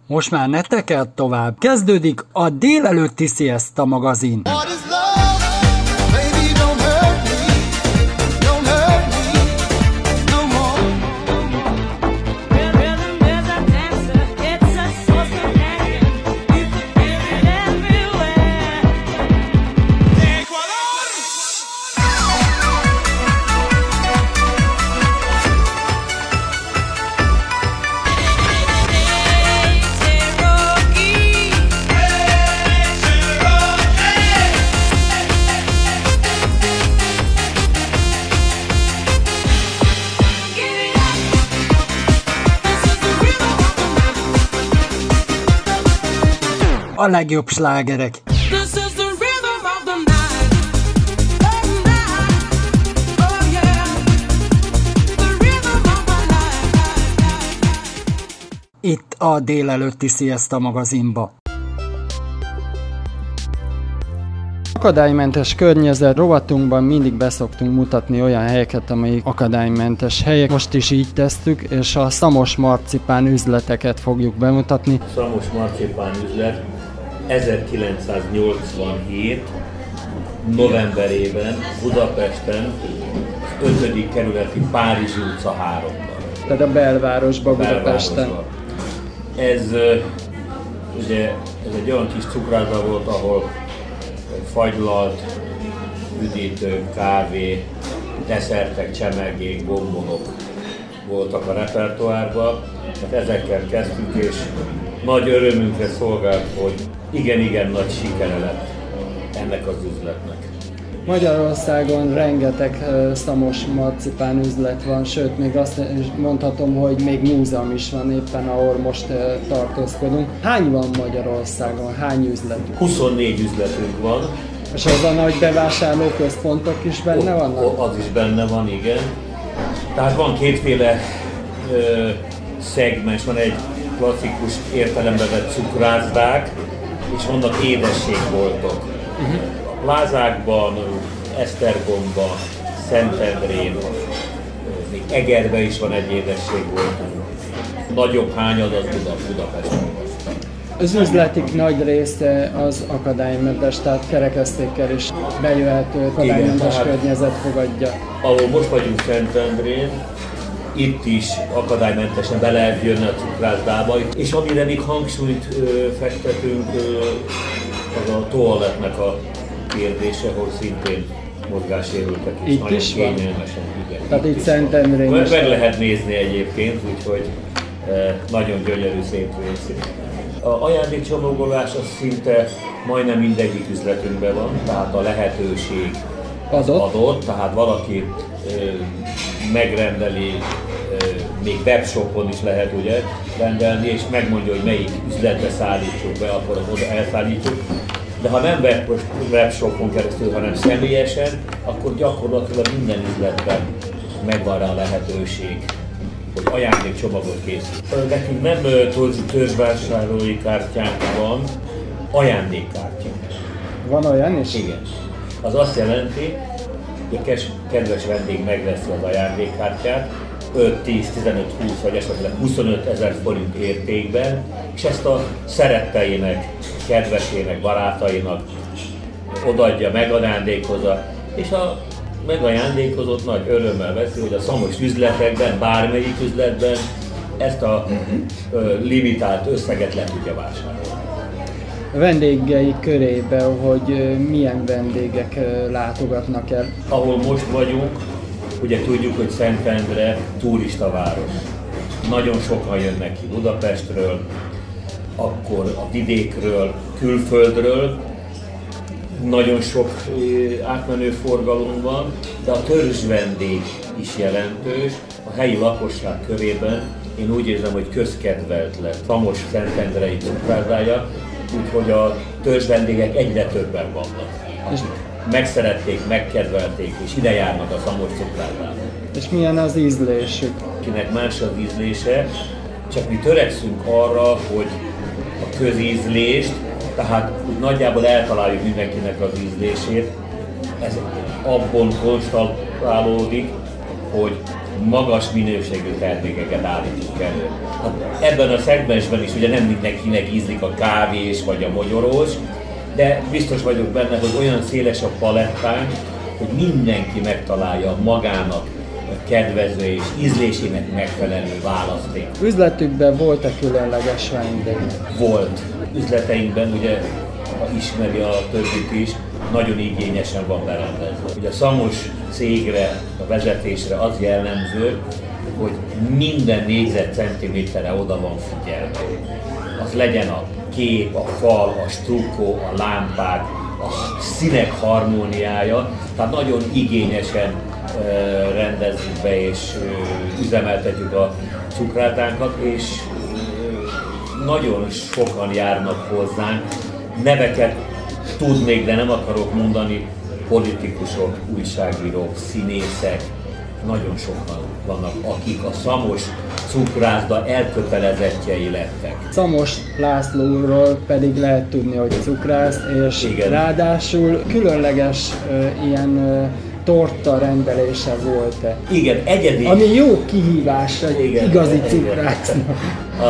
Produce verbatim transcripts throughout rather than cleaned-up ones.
Most már ne tekerd tovább, kezdődik a délelőtti Sziaszta magazin. A legjobb slágerek. Itt a délelőtti Sziaszta magazinba. Akadálymentes környezet rovatunkban mindig beszoktunk mutatni olyan helyeket, amelyik akadálymentes helyek. Most is így tesztük, és a Szamos marcipán üzleteket fogjuk bemutatni. Szamos marcipán üzlet ezerkilencszáznyolcvanhét novemberében Budapesten, ötödik kerületi Párizsi utca háromban. Tehát a belvárosban, Budapesten. Ez ugye ez egy olyan kis cukrászda volt, ahol fagylalt, üdítők, kávé, desszertek, csemegék, bombonok voltak a repertoárban. Hát ezekkel kezdtük, és nagy örömünkre szolgált, hogy igen-igen nagy sikere lett ennek az üzletnek. Magyarországon rengeteg uh, Szamos marcipán üzlet van, sőt, még azt mondhatom, hogy még múzeum is van éppen, ahol most uh, tartózkodunk. Hány van Magyarországon? Hány üzlet? huszonnégy üzletünk van. És az a nagy bevásárlóközpontok is benne o, vannak? O, az is benne van, igen. Tehát van kétféle ö, szegmens, van egy klasszikus értelembe vett cukrászdák, és vannak édességboltok. Uh-huh. Plázákban, Esztergomban, Szentendrén, még Egerben is van egy édességbolt. Nagyobb hányad az Buda, Budapesten. Az üzletik nagy része az akadálymentes, tehát kerekesztékkel is bejöhető akadálymentes környezet fogadja. Ahol most vagyunk Szentendrén, itt is akadálymentesen be lehet jönni a cukrászdába, és amire még hangsúlyt ö, fektetünk, ö, az a toalettnek a kérdése, ahol szintén mozgássérültek is. Itt nagyon is kényelmesen. Igen, tehát itt, itt Szentendrén is. Meg lehet nézni egyébként, úgyhogy e, nagyon gyönyörű, szép részét. A ajándékcsomagolás az szinte majdnem mindegyik üzletünkben van, tehát a lehetőség az adott, adott tehát valaki e, megrendeli, e, még webshopon is lehet ugye rendelni, és megmondja, hogy melyik üzletbe szállítsuk be, akkor oda elszállítjuk. De ha nem webshopon keresztül, hanem személyesen, akkor gyakorlatilag minden üzletben megvan rá a lehetőség, hogy ajándékcsomagot készít. Nekünk nem törzsvásárlói kártyánk van, ajándékkártya. Van olyan is? Igen. Az azt jelenti, hogy a kedves vendég megveszi az ajándékkártyát, öt, tíz, tizenöt, húsz vagy esetleg huszonöt ezer forint értékben, és ezt a szeretteinek, kedvesének, barátainak odaadja, megajándékozza, és a megajándékozott nagy örömmel veszi, hogy a Szamos üzletekben, bármelyik üzletben ezt a uh-huh. limitált összeget le tudja vásárolni. A vendégei körében, hogy milyen vendégek látogatnak el? Ahol most vagyunk, ugye tudjuk, hogy Szentendre turistaváros. Nagyon sokan jönnek ki Budapestről, akkor a vidékről, külföldről. Nagyon sok átmenő forgalom van, de a törzsvendég is jelentős. A helyi lakosság körében én úgy érzem, hogy közkedvelt lett Szamos szentendrei cukrásdája, úgyhogy a törzsvendégek egyre többen vannak. Megszerették, megkedvelték, és ide járnak a Szamos cukrászdába. És milyen az ízlésük? Kinek más az ízlése, csak mi törekszünk arra, hogy a közízlést, tehát úgy nagyjából eltaláljuk mindenkinek az ízlését. Ez abban konstatálódik, hogy magas minőségű termékeket állítunk elő. Hát ebben a szegmensben is ugye nem mindenkinek ízlik a kávés vagy a mogyorós, de biztos vagyok benne, hogy olyan széles a palettánk, hogy mindenki megtalálja magának kedvező és ízlésének megfelelő választék. Üzletükben volt-e különleges vendég? Volt. Üzleteinkben ugye, ha ismeri a többit is, nagyon igényesen van berendezve. Ugye a Szamos cégre, a vezetésre az jellemző, hogy minden négyzetcentiméterre oda van figyelve. Az legyen a kép, a fal, a strukkó, a lámpák, a színek harmóniája, tehát nagyon igényesen uh, rendezzük be és uh, üzemeltetjük a cukrárdánkat, és uh, nagyon sokan járnak hozzánk. Neveket tudnék, de nem akarok mondani, politikusok, újságírók, színészek, nagyon sokan vannak, akik a Szamos cukrászda elkötelezettjei lettek. Szamos Lászlóról pedig lehet tudni, hogy cukrász, és igen, ráadásul különleges uh, ilyen uh, torta rendelése volt-e. Igen, egyedi. Ami jó kihívás egy igen, igazi cukrásznak.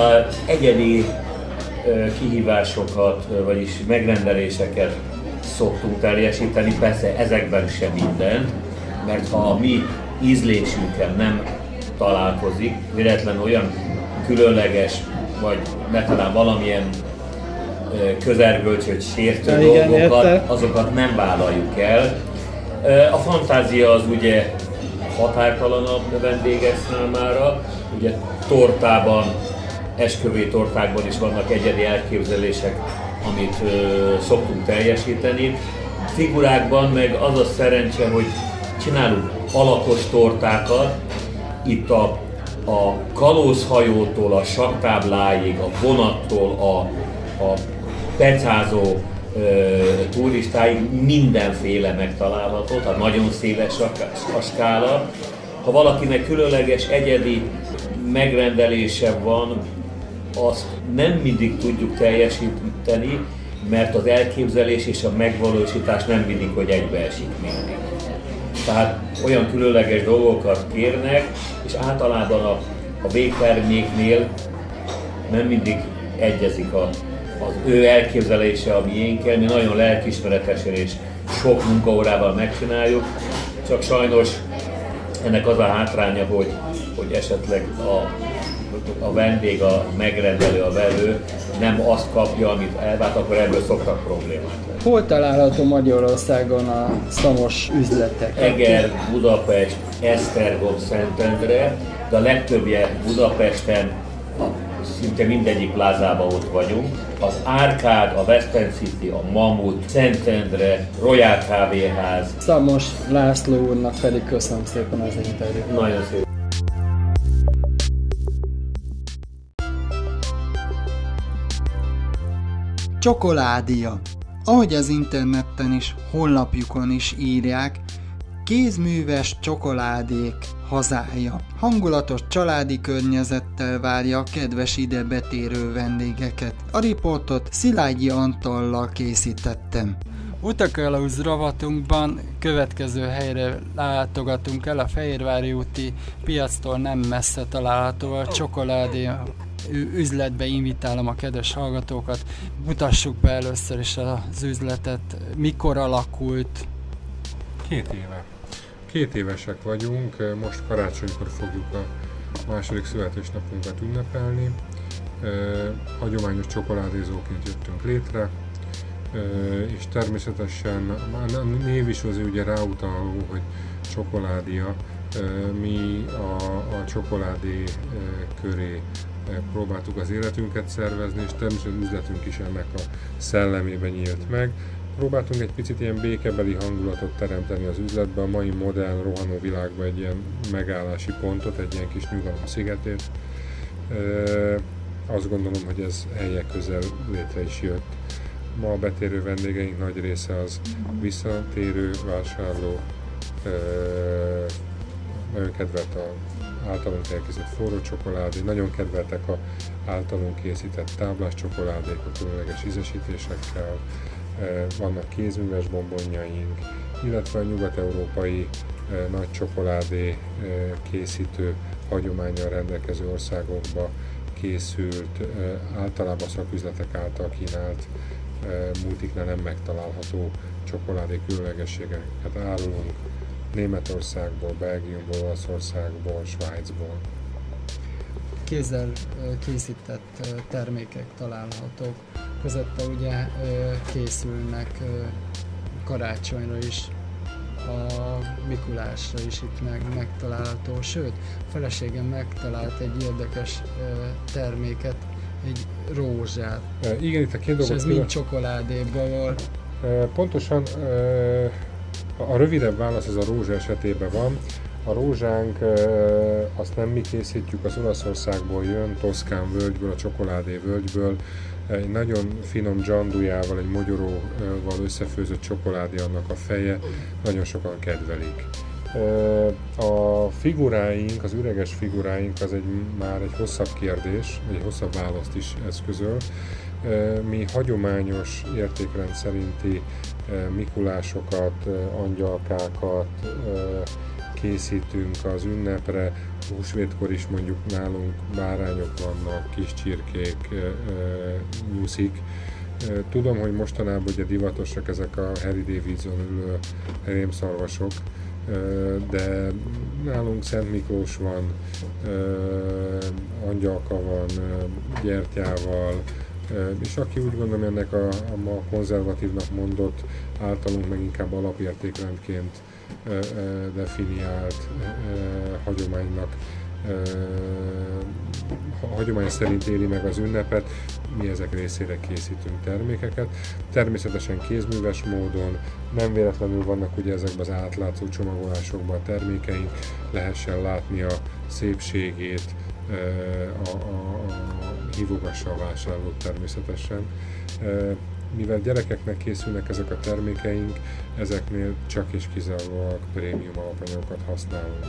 Egyedi uh, kihívásokat, uh, vagyis megrendeléseket szoktunk teljesíteni, persze ezekben sem mindent, mert ha a mi ízlésünkkel nem találkozik, véletlen olyan különleges, vagy talán valamilyen közelgölcsöt sértő ja, dolgokat, igen, azokat nem vállaljuk el. A fantázia az ugye határtalanabb vendégek számára, ugye tortában, esküvői tortákban is vannak egyedi elképzelések, amit szoktunk teljesíteni. Figurákban meg az a szerencse, hogy csinálunk alakos tortákat, itt a, a kalózhajótól a saktábláig, a vonattól a, a pecázó e, turistáig mindenféle megtalálható, tehát nagyon széles a, a skála. Ha valakinek különleges, egyedi megrendelése van, azt nem mindig tudjuk teljesíteni, mert az elképzelés és a megvalósítás nem mindig, hogy egybeesik mindig. Tehát olyan különleges dolgokat kérnek, és általában a, a végterméknél nem mindig egyezik a, az ő elképzelése a miénkkel. Mi nagyon lelkiismeretesen és sok munkaórával megcsináljuk, csak sajnos ennek az a hátránya, hogy, hogy esetleg a, a vendég, a megrendelő, a vevő nem azt kapja, amit elvárt, akkor ebből szoktak problémák lenni. Hol található Magyarországon a Szamos üzletek? Eger, Budapest, Esztergom, Szentendre, de a legtöbbje Budapesten, a, szinte mindegyik plázában ott vagyunk. Az Árkád, a West End City, a Mamut, Szentendre, Royal Kávéház. Szamos László úrnak pedig köszönöm szépen az interjút. Nagyon szépen. Csokoládéja. Ahogy az interneten is, honlapjukon is írják, kézműves csokoládék hazája. Hangulatos családi környezettel várja a kedves ide betérő vendégeket. A riportot Szilágyi Antallal készítettem. Utakalauz rovatunkban következő helyre látogatunk el, a Fehérvári úti piactól nem messze található a csokoládé üzletbe invitálom a kedves hallgatókat. Mutassuk be először is az üzletet. Mikor alakult? Két éve. Két évesek vagyunk, most karácsonykor fogjuk a második születésnapunkat ünnepelni. Hagyományos csokoládézóként jöttünk létre, és természetesen a név is azért ugye ráutaló, hogy csokoládéja. Mi a, a csokoládé köré próbáltuk az életünket szervezni, és természetesen üzletünk is ennek a szellemében nyílt meg. Próbáltunk egy picit ilyen békebeli hangulatot teremteni az üzletben, a mai modern, rohanó világban egy ilyen megállási pontot, egy ilyen kis nyugalom szigetét. Azt gondolom, hogy ez helye közel létre is jött. Ma a betérő vendégeink nagy része az visszatérő vásárló, nagyon kedvelt a általunk elkészített forró csokoládé, nagyon kedveltek a általunk készített táblás csokoládék a különleges ízesítésekkel, vannak kézműves bombonjaink, illetve a nyugat-európai nagy csokoládé készítő hagyománnyal rendelkező országokba készült, általában szaküzletek által kínált, multiknál nem megtalálható csokoládé különlegességeket árulunk Németországból, Belgiumból, Olaszországból, Svájcból. Kézzel készített termékek találhatók, közötte ugye készülnek karácsonyra is, a Mikulásra is itt meg, megtalálható, sőt, a feleségem megtalált egy érdekes terméket, egy rózsát. E, igen, itt a két dolgot... És ez mind csokoládéból volt. E, pontosan e, a rövidebb válasz az a rózsa esetében van. A rózsánk, e, azt nem mi készítjük, az Olaszországból jön, Toszkán völgyből, a csokoládé völgyből. Egy nagyon finom dzsandujával, egy mogyoróval összefőzött csokoládé annak a feje, nagyon sokan kedvelik. A figuráink, az üreges figuráink az egy, már egy hosszabb kérdés, egy hosszabb választ is eszközöl. Mi hagyományos értékrend szerinti mikulásokat, angyalkákat készítünk az ünnepre. Húsvétkor is mondjuk nálunk bárányok vannak, kis csirkék, nyuszik. Tudom, hogy mostanában ugye divatosak ezek a Harry Davidson ülő rémszarvasok, de nálunk Szent Miklós van, angyalka van, gyertyával, és aki úgy gondolom ennek a, a ma konzervatívnak mondott, általunk meg inkább alapértékrendként definiált hagyománynak, hagyomány szerint éli meg az ünnepet, mi ezek részére készítünk termékeket. Természetesen kézműves módon, nem véletlenül vannak ugye ezekben az átlátszó csomagolásokban a termékeink, lehessen látni a szépségét, a, a, a hívogassa a vásárlót természetesen. Mivel gyerekeknek készülnek ezek a termékeink, ezeknél csak és kizárólag prémium alapanyagokat használunk.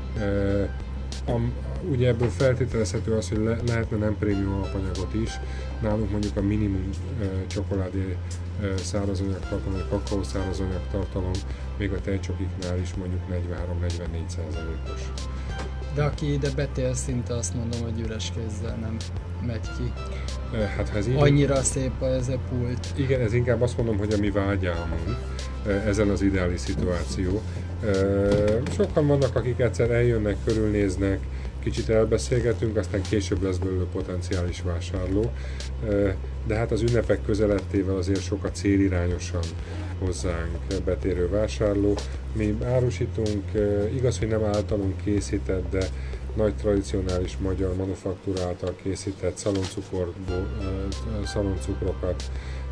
A, ugye ebből feltételezhető az, hogy le, lehetne nem prémium alapanyagot is. Nálunk mondjuk a minimum e, csokoládé e, szárazanyag tartalom, vagy kakaó szárazanyag tartalom, még a tejcsokiknál is mondjuk negyvenhárom-negyvennégy százalékos. De aki ide betér, szinte azt mondom, hogy üres kézzel nem megy ki. E, hát, ha ez így... Annyira szép ez a pult. Igen, ez inkább azt mondom, hogy a mi vágyálmunk, ezen az ideális szituáció. Sokan vannak, akik egyszer eljönnek, körülnéznek, kicsit elbeszélgetünk, aztán később lesz belőle potenciális vásárló. De hát az ünnepek közelettével azért sokkal célirányosan hozzánk betérő vásárló. Mi árusítunk, igaz, hogy nem általunk készített, de nagy tradicionális magyar manufaktúra által készített szaloncukrokat,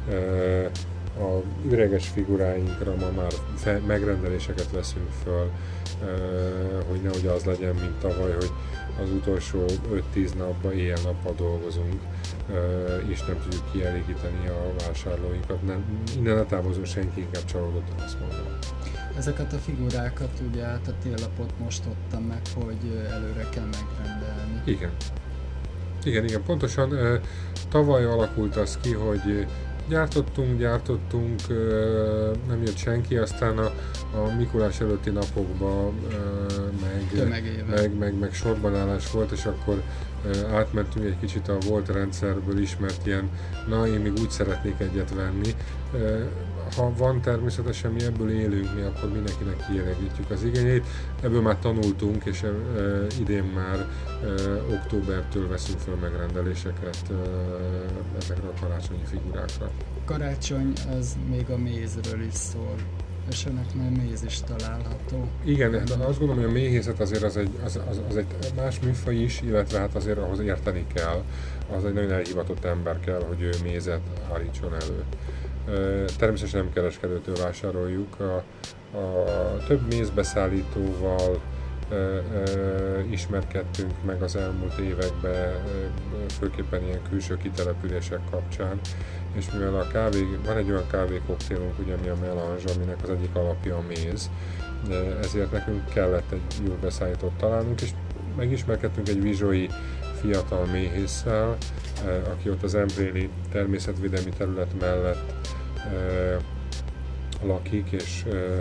a üreges figuráinkra ma már fe, megrendeléseket veszünk föl, hogy nehogy az legyen, mint tavaly, hogy az utolsó öt-tíz napban, éjjel-nappal dolgozunk, és nem tudjuk kielégíteni a vásárlóinkat. Nem, innen a távozó senki, inkább csalódottan azt mondom. Ezeket a figurákat ugye át a téllapot most adtam meg, hogy előre kell megrendelni. Igen. Igen, igen, pontosan tavaly alakult az ki, hogy Gyártottunk, gyártottunk, nem jött senki, aztán a, a Mikulás előtti napokban meg, meg, meg, meg sorbanállás volt, és akkor átmentünk egy kicsit a volt rendszerből ismert ilyen, na én még úgy szeretnék egyet venni. Ha van, természetesen mi ebből élünk, mi akkor mindenkinek kielégítjük az igényeit. Ebből már tanultunk, és e, idén már e, októbertől veszünk fel megrendeléseket e, ezekre a karácsonyi figurákra. Karácsony az még a mézről is szól, és önnek már méz is található. Igen, de azt gondolom, hogy a méhészet azért az egy, az, az, az egy más műfaj is, illetve hát azért ahhoz érteni kell. Az egy nagyon elhivatott ember kell, hogy ő mézet állítson elő. Természetesen nem kereskedőtől vásároljuk, a, a több mézbeszállítóval e, e, ismerkedtünk meg az elmúlt években, főképpen ilyen külső kitelepülések kapcsán, és mivel a kávé, van egy olyan kávékoktélunk, ugye, ami a melange, aminek az egyik alapja a méz, ezért nekünk kellett egy jó beszállítót találnunk, és megismerkedtünk egy vizsói fiatal méhésszel, aki ott az Empréli természetvédelmi terület mellett lakik, és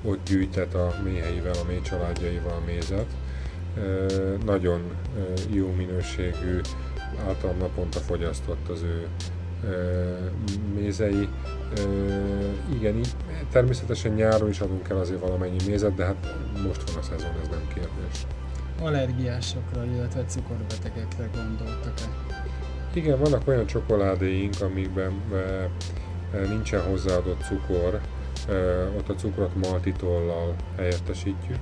ott gyűjtet a méheivel, a méh családjaival mézet. Nagyon jó minőségű, általában naponta fogyasztott az ő mézei. Igen, így természetesen nyáron is adunk el azért valamennyi mézet, de hát most van a szezon, ez nem kérdés. Allergiásokra, illetve cukorbetegekre gondoltak-e? Igen, vannak olyan csokoládéink, amikben nincsen hozzáadott cukor, ott a cukrot maltitollal helyettesítjük.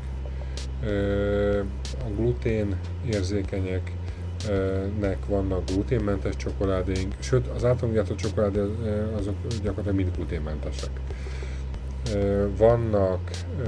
A glutén érzékenyeknek vannak gluténmentes csokoládéink, sőt az általunk gyártott csokoládé azok gyakorlatilag mind gluténmentesek. Vannak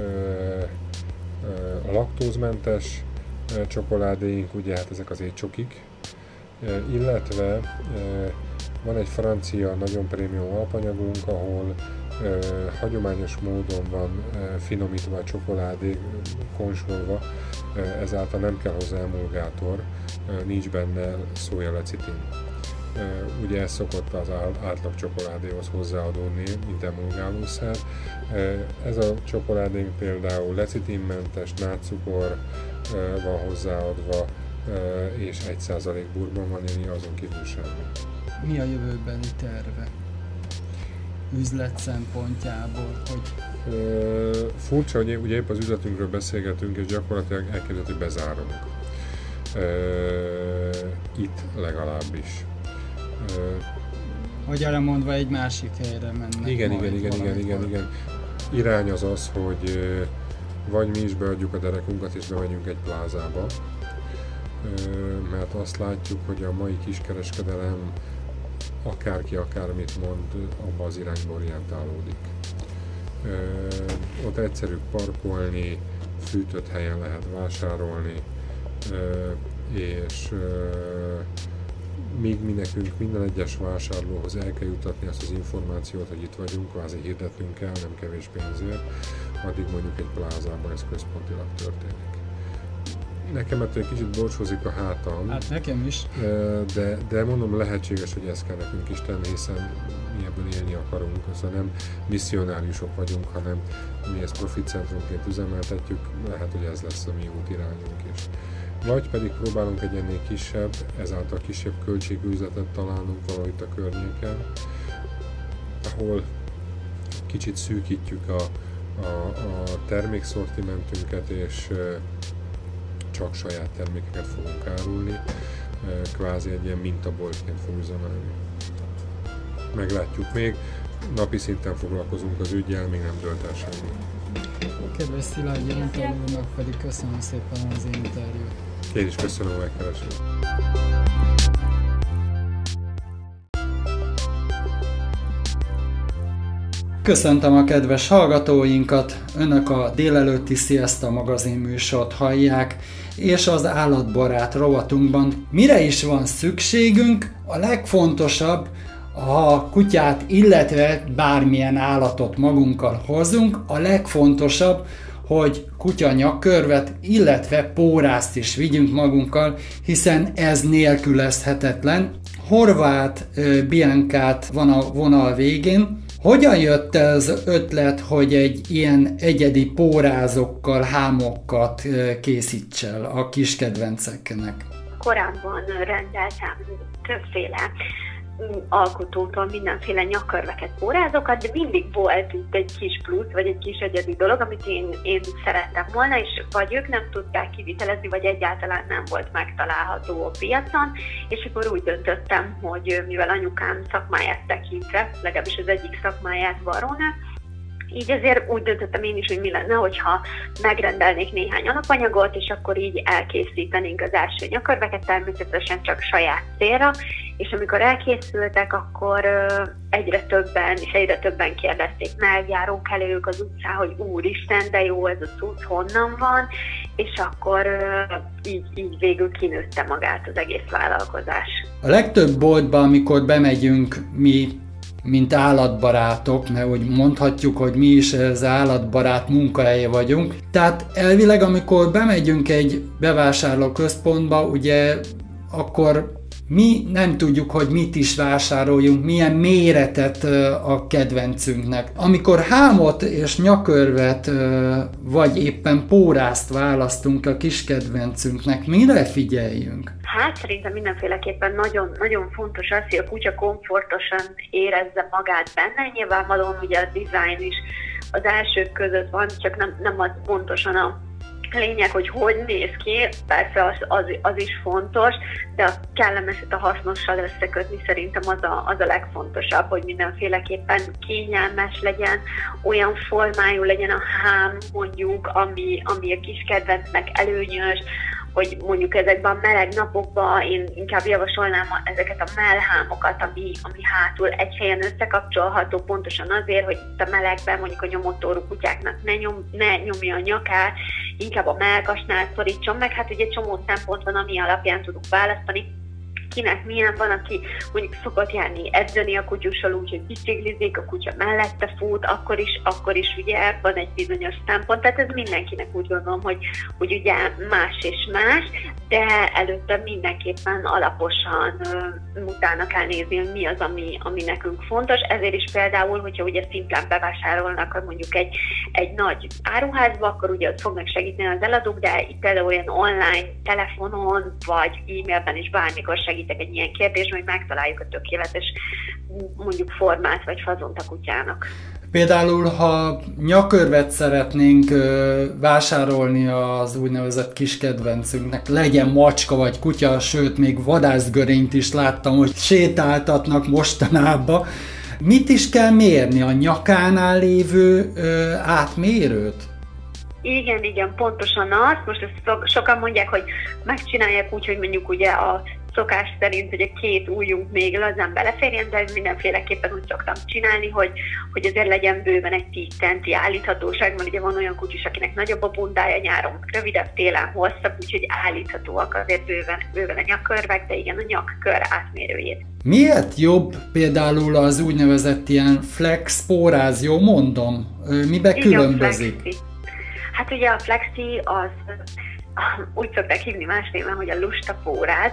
a laktózmentes csokoládéink, ugye hát ezek az étcsokik, illetve van egy francia nagyon prémium alapanyagunk, ahol hagyományos módon van finomítva a csokoládé, konsolva, ezáltal nem kell hozzá emulgátor, nincs benne szójalecitin. Ugye ez szokott az átlag csokoládéhoz hozzáadódni, mint emulgálószer. Ez a csokoládénk például lecitinmentes, nátszukor van hozzáadva, és egy százalék burgon vanília, azon kívül semmi. Mi a jövőbeni terve? Üzlet szempontjából, hogy... Uh, furcsa, hogy ugye épp az üzletünkről beszélgetünk, és gyakorlatilag elkezdett, hogy bezárunk. Uh, itt legalábbis. Uh, hogy arra mondva egy másik helyre mennek. Igen, igen, igen, igen, igen, igen. Irány az az, hogy uh, vagy mi is beadjuk a derekunkat, és bemegyünk egy plázába, uh, mert azt látjuk, hogy a mai kiskereskedelem akárki akármit mond, abba az irányba orientálódik. Ö, ott egyszerű parkolni, fűtött helyen lehet vásárolni, ö, és ö, míg mi nekünk minden egyes vásárlóhoz el kell jutatni azt az információt, hogy itt vagyunk, kvázi hirdetnünk kell, nem kevés pénzért, addig mondjuk egy plázában ez központilag történik. Nekem ettől egy kicsit borsózik a hátam, hát nekem is. De, de mondom, lehetséges, hogy ezt kell nekünk is tenni, hiszen mi ebből élni akarunk, szóval nem misszionáriusok vagyunk, hanem mi ezt profitcentrumként üzemeltetjük, lehet, hogy ez lesz a mi útirányunk is. Vagy pedig próbálunk egy ennél kisebb, ezáltal kisebb költségű üzletet találnunk valahogy itt a környéken, ahol kicsit szűkítjük a, a, a termékszortimentünket, és csak saját termékeket fogunk árulni, kvázi egy ilyen mintaboltként fogunk üzemelni. Meglátjuk még, napi szinten foglalkozunk az üggyel, még nem dölt el semmi. Kedves Szilágyi Antal úrnak pedig köszönöm szépen az interjút. Én is köszönöm a megkeresést. Köszöntöm a kedves hallgatóinkat, Önök a délelőtti Sziaszta magazin műsort hallják, és az állatbarát rovatunkban mire is van szükségünk? A legfontosabb, ha kutyát, illetve bármilyen állatot magunkkal hozunk, a legfontosabb, hogy kutya nyakkörvet, illetve pórászt is vigyünk magunkkal, hiszen ez nélkülözhetetlen. Horváth Biancát van a vonal végén. Hogyan jött az ötlet, hogy egy ilyen egyedi pórázokkal, hámokat készíts el a kis kedvenceknek? Korábban rendeltem többféle alkotótól mindenféle nyakkörveket, pórázokat, de mindig volt itt egy kis plusz, vagy egy kis egyedi dolog, amit én, én szerettem volna, és vagy ők nem tudták kivitelezni, vagy egyáltalán nem volt megtalálható a piacon, és akkor úgy döntöttem, hogy mivel anyukám szakmáját tekintve, legalábbis az egyik szakmáját varrónő, így ezért úgy döntöttem én is, hogy mi lenne, hogyha megrendelnék néhány alapanyagot, és akkor így elkészítenénk az első nyakkörveket, természetesen csak saját célra, és amikor elkészültek, akkor egyre többen, és egyre többen kérdezték meg, járók elők az utcán, hogy úristen, de jó ez a cucc, honnan van, és akkor így, így végül kinőtte magát az egész vállalkozás. A legtöbb boltban, amikor bemegyünk mi, mint állatbarátok, mert úgy mondhatjuk, hogy mi is az állatbarát munkahelye vagyunk. Tehát elvileg, amikor bemegyünk egy bevásárlóközpontba, ugye akkor mi nem tudjuk, hogy mit is vásároljunk, milyen méretet a kedvencünknek. Amikor hámot és nyakörvet, vagy éppen pórázt választunk a kis kedvencünknek, mire figyeljünk? Hát szerintem mindenféleképpen nagyon, nagyon fontos az, hogy a kutya komfortosan érezze magát benne. Nyilvánvalóan ugye a design is az elsők között van, csak nem, nem az pontosan a lényeg, hogy hogy néz ki, persze az, az, az is fontos, de a kellemeset a hasznossal összekötni szerintem az a, az a legfontosabb, hogy mindenféleképpen kényelmes legyen, olyan formájú legyen a hám mondjuk, ami, ami a kis kedvencnek előnyös, hogy mondjuk ezekben a meleg napokban én inkább javasolnám ezeket a mellhámokat, ami, ami hátul egy helyen összekapcsolható, pontosan azért, hogy itt a melegben mondjuk a nyomott orrú kutyáknak ne, nyom, ne nyomja a nyakát, inkább a mellkasnál szorítson meg. Hát ugye csomó szempont van, ami alapján tudunk választani, kinek milyen. Van, aki mondjuk szokott járni edzeni a kutyussal úgy, hogy biciklizik, a kutya mellette fut, akkor is, akkor is ugye van egy bizonyos szempont, tehát ez mindenkinek úgy gondolom, hogy, hogy ugye más és más, de előtte mindenképpen alaposan uh, utána kell nézni, hogy mi az, ami, ami nekünk fontos. Ezért is például, hogyha ugye szimplán bevásárolnak mondjuk egy, egy nagy áruházba, akkor ugye ott fognak segíteni az eladók, de itt például olyan online, telefonon vagy e-mailben is bármikor segít egy ilyen kérdés, hogy megtaláljuk a tökéletes mondjuk formát vagy fazont a kutyának. Például, ha nyakörvet szeretnénk ö, vásárolni az úgynevezett kis kedvencünknek, legyen macska vagy kutya, sőt, még vadászgörényt is láttam, hogy sétáltatnak mostanában. Mit is kell mérni? A nyakánál lévő ö, átmérőt? Igen, igen, pontosan az. Most ezt sokan mondják, hogy megcsinálják úgy, hogy mondjuk ugye a szokás szerint, hogy a két ujjunk még lazán beleférjen, de mindenféleképpen úgy szoktam csinálni, hogy, hogy azért legyen bőven egy tíz centi állíthatóság, mert ugye van olyan kutyus, akinek nagyobb a bundája, nyáron rövidebb, télen hosszabb, úgyhogy állíthatóak azért bőven, bőven a nyakkörvek, de igen, a nyakkör átmérőjét. Miért jobb például az úgynevezett ilyen flex póráz, jó mondom? Mibe igen, különbözik? Flexi. Hát ugye a flexi az úgy szokták hívni más néven, hogy a lusta póráz.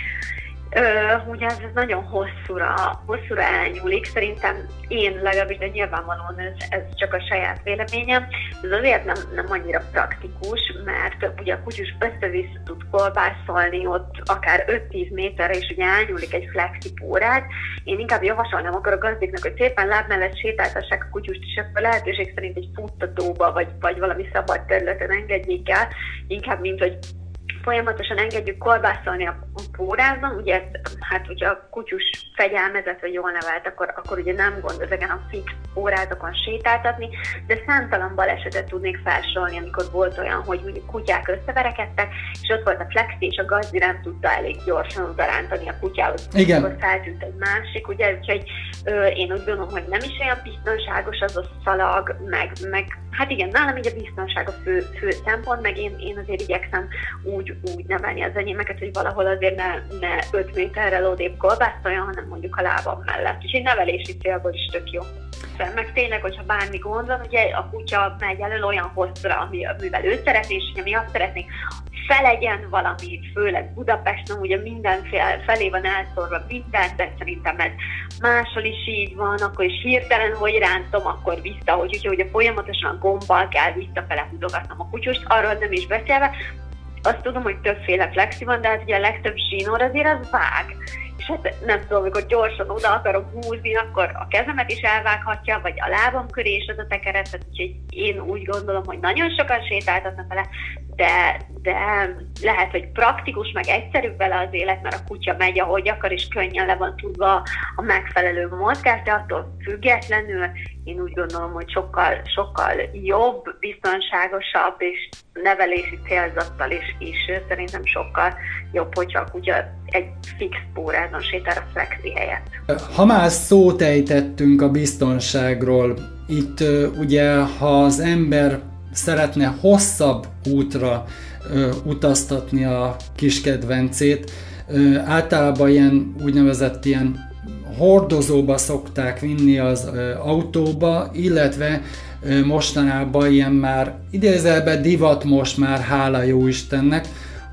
Ö, ugye ez nagyon hosszúra, hosszúra elnyúlik, szerintem én legalábbis, de nyilvánvalóan ez, ez csak a saját véleményem, ez azért nem, nem annyira praktikus, mert ugye a kutyus össze-vissza tud kolbászolni ott akár öt-tíz méterre, és ugye elnyúlik egy flexi póráz. Én inkább javasolnám akkor a gazdiknak, hogy szépen láb mellett sétáltassák a kutyust, és akkor lehetőség szerint egy futtatóba, vagy, vagy valami szabad területen engedjék el, inkább mint hogy folyamatosan engedjük kolbászolni a pórázon, ugye hát hogyha a kutyus fegyelmezett vagy jól nevelt, akkor, akkor ugye nem gond ezeken a fix pórázokon sétáltatni, de számtalan balesetet tudnék felsorolni, amikor volt olyan, hogy mondjuk kutyák összeverekedtek, és ott volt a flexi, és a gazdi nem tudta elég gyorsan odarántani a kutyához. Igen. Akkor feltűnt egy másik, ugye, úgyhogy ö, én úgy gondolom, hogy nem is olyan biztonságos az a szalag, meg, meg hát igen, nálam így a biztonság a fő, fő szempont, meg én, én azért igyekszem úgy, úgy nevelni az enyémeket, hogy valahol azért ne, ne öt méterrel odébb kolbászoljon, hanem mondjuk a lábam mellett. Úgyhogy nevelési célból is tök jó. Meg tényleg, hogyha bármi gond van, ugye a kutya megy elő olyan hosszra, amivel ő szeretné, és ugye mi azt szeretnénk, felegyen valami, főleg Budapesten, ugye mindenféle felé van elszorva minden, de szerintem ez máshol is így van, akkor is hirtelen, hogy rántom, akkor vissza, hogy ugye, ugye folyamatosan a gombbal kell visszafele húzogatnom a kutyust, arról nem is beszélve. Azt tudom, hogy többféle flexi van, de hát ugye a legtöbb zsinór azért az vág. És hát nem tudom, amikor gyorsan oda akarok húzni, akkor a kezemet is elvághatja, vagy a lábam köré is az a tekeretet, úgyhogy én úgy gondolom, hogy nagyon sokan sétáltatnak vele, de, de lehet, hogy praktikus, meg egyszerűbb vele az élet, mert a kutya megy, ahogy akar, és könnyen le van tudva a megfelelő mozgás, de attól függetlenül én úgy gondolom, hogy sokkal, sokkal jobb, biztonságosabb és nevelési célzattal is, is szerintem sokkal jobb, hogyha a kutya egy fix pórázon sétál a flexi helyett. Ha már szót ejtettünk a biztonságról, itt ugye, ha az ember szeretne hosszabb útra ö, utaztatni a kis kedvencét, ö, általában ilyen úgynevezett ilyen hordozóba szokták vinni az ö, autóba, illetve ö, mostanában ilyen már idézelben divat most már, hála jó Istennek,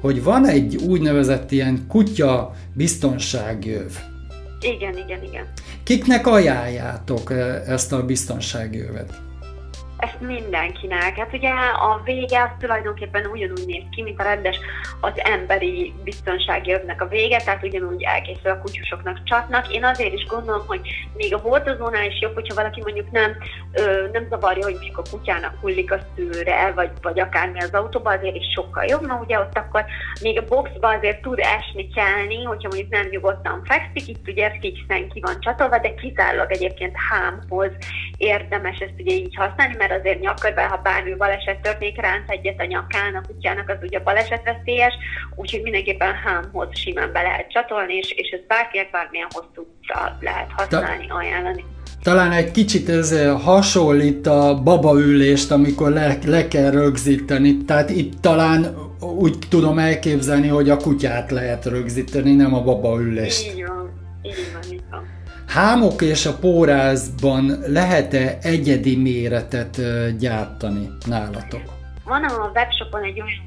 hogy van egy úgynevezett ilyen kutya biztonságjöv. Igen, igen, igen. Kiknek ajánljátok ezt a biztonságjövet? Ezt mindenkinek. Hát ugye a vége az tulajdonképpen ugyanúgy néz ki, mint a rendes az emberi biztonságjövnek a vége, tehát ugyanúgy elkészül a kutyusoknak, csatnak. Én azért is gondolom, hogy még a hordozónál is jobb, hogyha valaki mondjuk nem, ö, nem zavarja, hogy mondjuk a kutyának hullik a szőre, vagy, vagy akármi az autóba, azért is sokkal jobb, mert ugye ott akkor még a boxba azért tud esni, kelni, hogyha mondjuk nem nyugodtan fekszik, itt ugye fixen ki van csatolva, de kizárólag egyébként hámhoz érdemes ezt ugye így használni, mert azért nyakkörben, ha bármi baleset történik, ránc egyet a nyakán, a kutyának az ugye balesetveszélyes, úgyhogy mindenképpen hámhoz simán be lehet csatolni, és, és ezt bárkinek bármilyen hosszúra lehet használni, Ta- ajánlani. Talán egy kicsit ez hasonlít a babaülést, amikor le, le kell rögzíteni, tehát itt talán úgy tudom elképzelni, hogy a kutyát lehet rögzíteni, nem a babaülést. Így van, így van, így van. Hámok és a pórázban lehet-e egyedi méretet gyártani nálatok? Van a webshopon egy olyan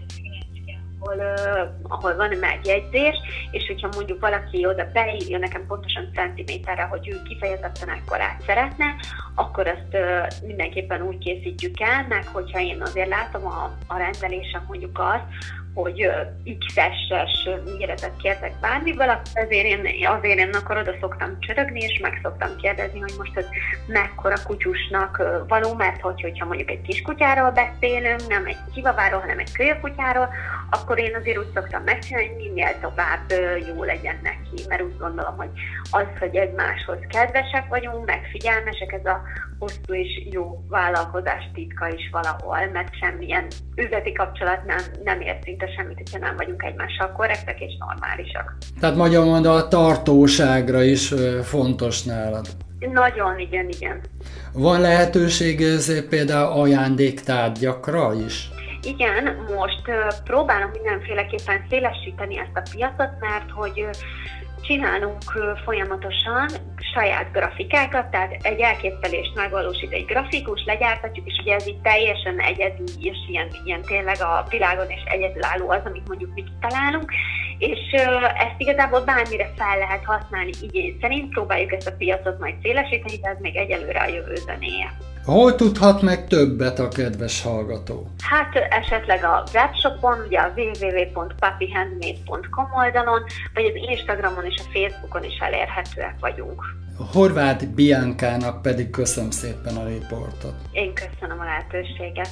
ahol, uh, ahol van egy megjegyzés, és hogyha mondjuk valaki oda beírja nekem pontosan centiméterre, hogy ő kifejezetten ekkorát szeretne, akkor azt uh, mindenképpen úgy készítjük el, meg hogyha én azért látom a, a rendelésem mondjuk azt, hogy iksz es-es méretet kértek bármiből, azért én, azért én akkor oda szoktam csörögni, és meg szoktam kérdezni, hogy most ez mekkora kutyusnak való, mert hogy, hogyha mondjuk egy kiskutyáról beszélünk, nem egy chihuahuáról, hanem egy kölyökkutyáról, akkor én azért úgy szoktam megcsinálni, hogy minél tovább jó legyen neki, mert úgy gondolom, hogy az, hogy egymáshoz kedvesek vagyunk, megfigyelmesek, ez a hosszú és jó vállalkozás titka is valahol, mert semmilyen üzleti kapcsolat nem, nem ért szinte semmit, hogyha nem vagyunk egymással korrektek és normálisak. Tehát magyarul mondva a tartóságra is fontos nálad. Nagyon, igen, igen. Van lehetőség ez például ajándéktárgyakra is? Igen, most uh, próbálom mindenféleképpen szélesíteni ezt a piacot, mert hogy uh, csinálunk uh, folyamatosan saját grafikákat, tehát egy elképzelést megvalósít egy grafikus, legyártatjuk, és ugye ez így teljesen egyedi, és ilyen, ilyen tényleg a világon is egyedülálló az, amit mondjuk mi kitalálunk, és uh, ezt igazából bármire fel lehet használni igény szerint, próbáljuk ezt a piacot majd szélesíteni, de ez még egyelőre a jövő zenéje. Hol tudhat meg többet a kedves hallgató? Hát esetleg a webshopon, ugye a double-u double-u double-u pont papi handmade pont com oldalon, vagy az Instagramon és a Facebookon is elérhetőek vagyunk. Horváth Biankának pedig köszönöm szépen a riportot. Én köszönöm a lehetőséget.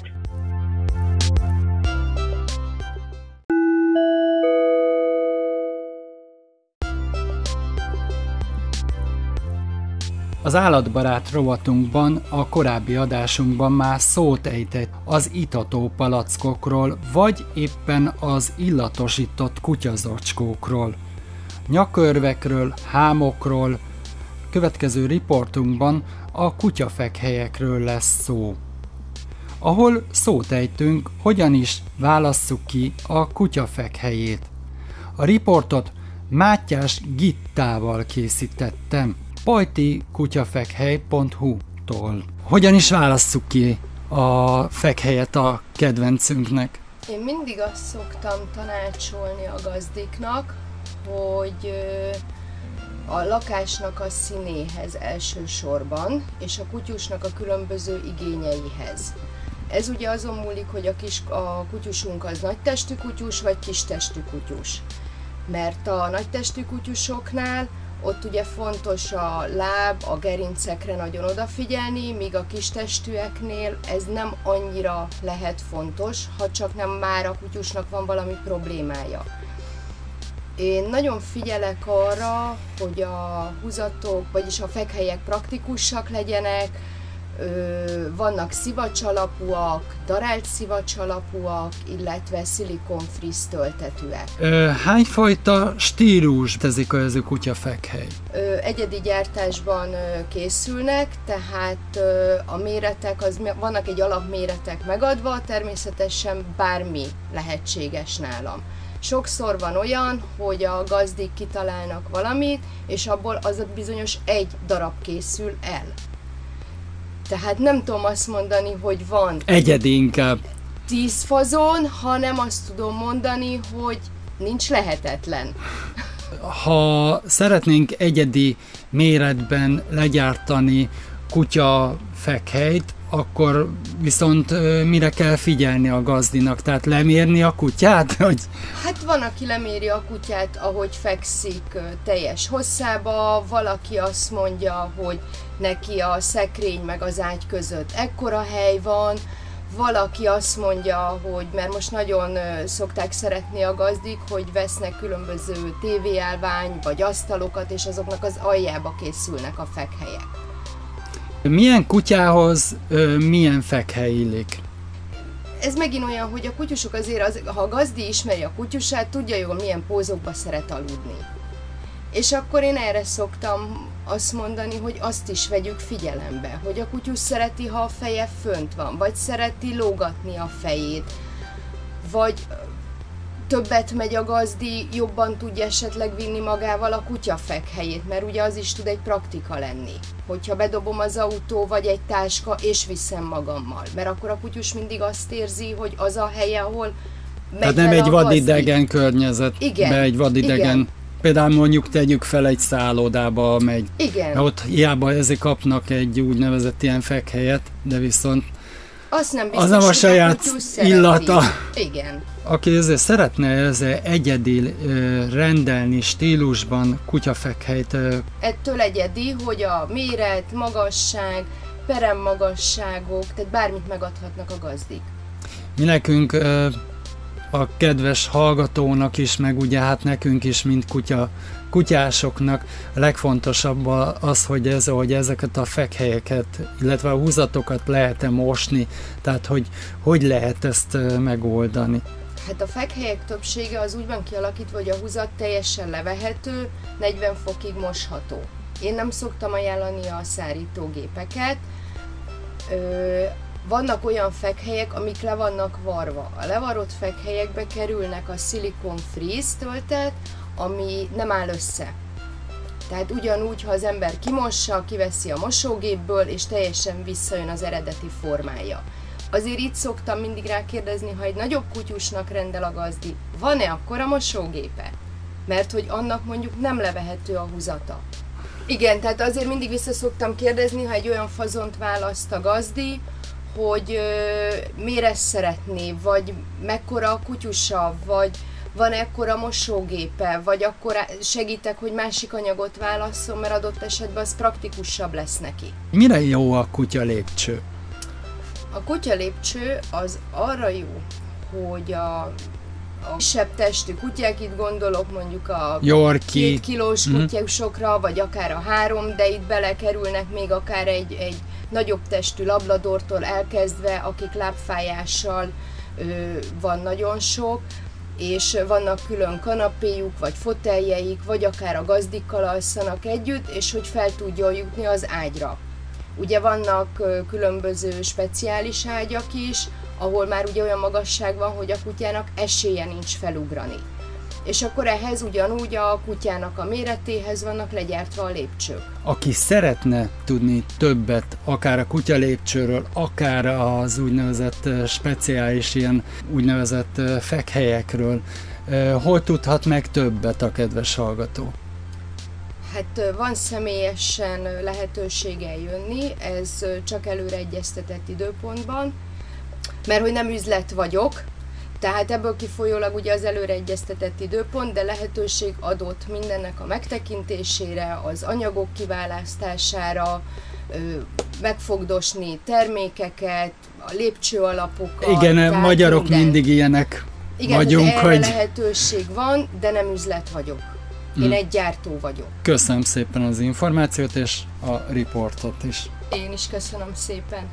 Az állatbarát rovatunkban, a korábbi adásunkban már szót ejtett az itató palackokról, vagy éppen az illatosított kutyazacskókról, nyakörvekről, hámokról. Következő riportunkban a kutyafekhelyekről lesz szó, ahol szót ejtünk, hogyan is válasszuk ki a kutyafekhelyét. A riportot Mátyás Gittával készítettem, pajti kutyafekhely pont hu-tól. Hogyan is válasszuk ki a fekhelyet a kedvencünknek? Én mindig azt szoktam tanácsolni a gazdiknak, hogy a lakásnak a színéhez elsősorban, és a kutyusnak a különböző igényeihez. Ez ugye azon múlik, hogy a, kis, a kutyusunk az nagytestű kutyus, vagy kistestű kutyus. Mert a nagytestű kutyusoknál ott ugye fontos a láb, a gerincekre nagyon odafigyelni, míg a kistestűeknél ez nem annyira lehet fontos, ha csak nem már a kutyusnak van valami problémája. Én nagyon figyelek arra, hogy a húzatok, vagyis a fekhelyek praktikusak legyenek, vannak szivacsalapúak, darált szivacsalapúak, illetve szilikon-friss töltetőek. Hányfajta stílus tezik ez a kutyafekhely? Egyedi gyártásban készülnek, tehát a méretek, az, vannak egy alapméretek megadva, természetesen bármi lehetséges nálam. Sokszor van olyan, hogy a gazdik kitalálnak valamit, és abból az a bizonyos egy darab készül el. Tehát nem tudom azt mondani, hogy van. Egyedi inkább. tíz fazon, hanem azt tudom mondani, hogy nincs lehetetlen. Ha szeretnénk egyedi méretben legyártani kutya fekhelyt, akkor viszont mire kell figyelni a gazdinak? Tehát lemérni a kutyát? Hogy... Hát van, aki leméri a kutyát, ahogy fekszik teljes hosszába, valaki azt mondja, hogy neki a szekrény meg az ágy között ekkora hely van, valaki azt mondja, hogy mert most nagyon szokták szeretni a gazdik, hogy vesznek különböző tévéállvány vagy asztalokat, és azoknak az aljába készülnek a fekhelyek. Milyen kutyához ö, milyen fekhely illik? Ez megint olyan, hogy a kutyusok azért, az, ha a gazdi ismeri a kutyusát, tudja jól, milyen pózokba szeret aludni. És akkor én erre szoktam azt mondani, hogy azt is vegyük figyelembe, hogy a kutyus szereti, ha a feje fönt van, vagy szereti lógatni a fejét, vagy többet megy a gazdi, jobban tudja esetleg vinni magával a kutya fekhelyét, mert ugye az is tud egy praktika lenni. Hogyha bedobom az autó, vagy egy táska, és viszem magammal. Mert akkor a kutyus mindig azt érzi, hogy az a helye, ahol megy. Tehát nem egy vadidegen környezet, igen, de egy vadidegen. Igen. Például mondjuk tegyük fel egy szállodába megy. Igen. Ott hiába ezek kapnak egy úgynevezett ilyen fekhelyet, de viszont az nem biztos, az nem a saját illata. Igen. Aki ezzel szeretne ezzel egyedi rendelni stílusban kutyafekhelyt. Ettől egyedi, hogy a méret, magasság, peremmagasságok, tehát bármit megadhatnak a gazdik. Mi nekünk a kedves hallgatónak is, meg ugye hát nekünk is, mint kutya, kutyásoknak a legfontosabb az, hogy, ez, hogy ezeket a fekhelyeket, illetve a húzatokat lehet-e mosni, tehát hogy, hogy lehet ezt megoldani. Hát a fekhelyek többsége az úgy van kialakítva, hogy a húzat teljesen levehető, negyven fokig mosható. Én nem szoktam ajánlani a szárítógépeket. Ö, vannak olyan fekhelyek, amik le vannak varva. A levarott fekhelyekbe kerülnek a szilikon freeze töltet, ami nem áll össze. Tehát ugyanúgy, ha az ember kimossa, kiveszi a mosógépből, és teljesen visszajön az eredeti formája. Azért itt szoktam mindig rákérdezni, ha egy nagyobb kutyusnak rendel a gazdi, van-e akkora mosógépe? Mert hogy annak mondjuk nem levehető a húzata. Igen, tehát azért mindig vissza szoktam kérdezni, ha egy olyan fazont választ a gazdi, hogy ö, mire szeretné, vagy mekkora a kutyusa, vagy van ekkora mosógépe, vagy akkor segítek, hogy másik anyagot válasszon, mert adott esetben az praktikusabb lesz neki. Mire jó a kutya lépcső? A kutya lépcső az arra jó, hogy a, a kisebb testű kutyák, itt gondolok mondjuk a Yorkie. két kilós mm. kutyusokra, vagy akár a három, de itt belekerülnek még akár egy, egy nagyobb testű labradortól elkezdve, akik lábfájással ö, van nagyon sok, és vannak külön kanapéjuk, vagy foteljeik, vagy akár a gazdikkal alszanak együtt, és hogy fel tudjon jutni az ágyra. Ugye vannak különböző speciális ágyak is, ahol már ugye olyan magasság van, hogy a kutyának esélye nincs felugrani. És akkor ehhez ugyanúgy a kutyának a méretéhez vannak legyártva a lépcsők. Aki szeretne tudni többet, akár a kutya lépcsőről, akár az úgynevezett speciális ilyen úgynevezett fekhelyekről, hol tudhat meg többet a kedves hallgató? Hát van személyesen lehetőség eljönni, ez csak előre egyeztetett időpontban, mert hogy nem üzlet vagyok, tehát ebből kifolyólag ugye az előre egyeztetett időpont, de lehetőség adott mindennek a megtekintésére, az anyagok kiválasztására, megfogdosni termékeket, a lépcső alapokat. Igen, magyarok minden. Mindig ilyenek igen, vagyunk, erre hogy... lehetőség van, de nem üzlet vagyok. Én hmm. egy gyártó vagyok. Köszönöm szépen az információt és a riportot is. Én is köszönöm szépen.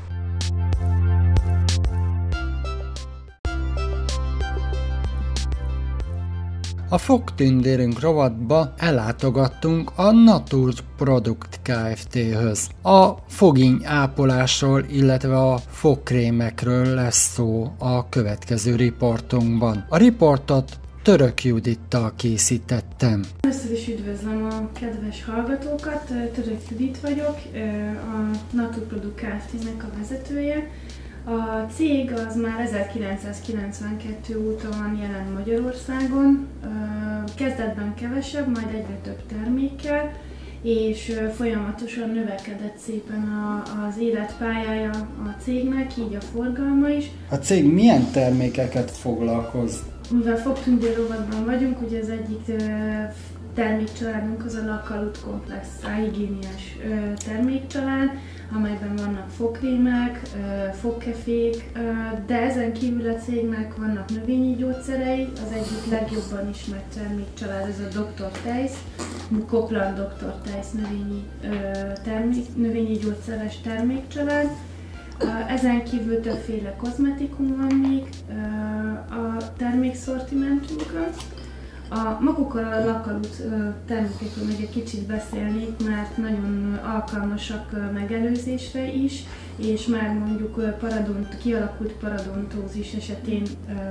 A Fogtündérünk rovatba ellátogattunk a Natur Produkt Kft-höz. A foginy ápolásról, illetve a fogkrémekről lesz szó a következő riportunkban. A riportot Török Judittal készítettem. Először is üdvözlöm a kedves hallgatókat, Török Judit vagyok, a Natur Produkt Kft-nek a vezetője. A cég az már ezerkilencszázkilencvenkettő óta van jelen Magyarországon, kezdetben kevesebb, majd egyre több termékkel, és folyamatosan növekedett szépen a, az életpályája a cégnek, így a forgalma is. A cég milyen termékeket foglalkoz? Mivel fogtündér rovatban vagyunk, ugye az egyik termékcsaládunk az a Lakalut Komplex higiéniás termékcsalád, amelyben vannak fogkrémek, fogkefék, de ezen kívül a cégnek vannak növényi gyógyszerei, az egyik legjobban ismert termékcsalád, ez a doktor Theis, Koplan doktor Theis növényi, termék, növényi gyógyszeres termékcsalád. Ezen kívül többféle kozmetikum van még a termékszortimentunkon. A magukról a Lakalut termékekről még egy kicsit beszélnék, mert nagyon alkalmasak megelőzésre is, és már mondjuk paradont, kialakult paradontózis esetén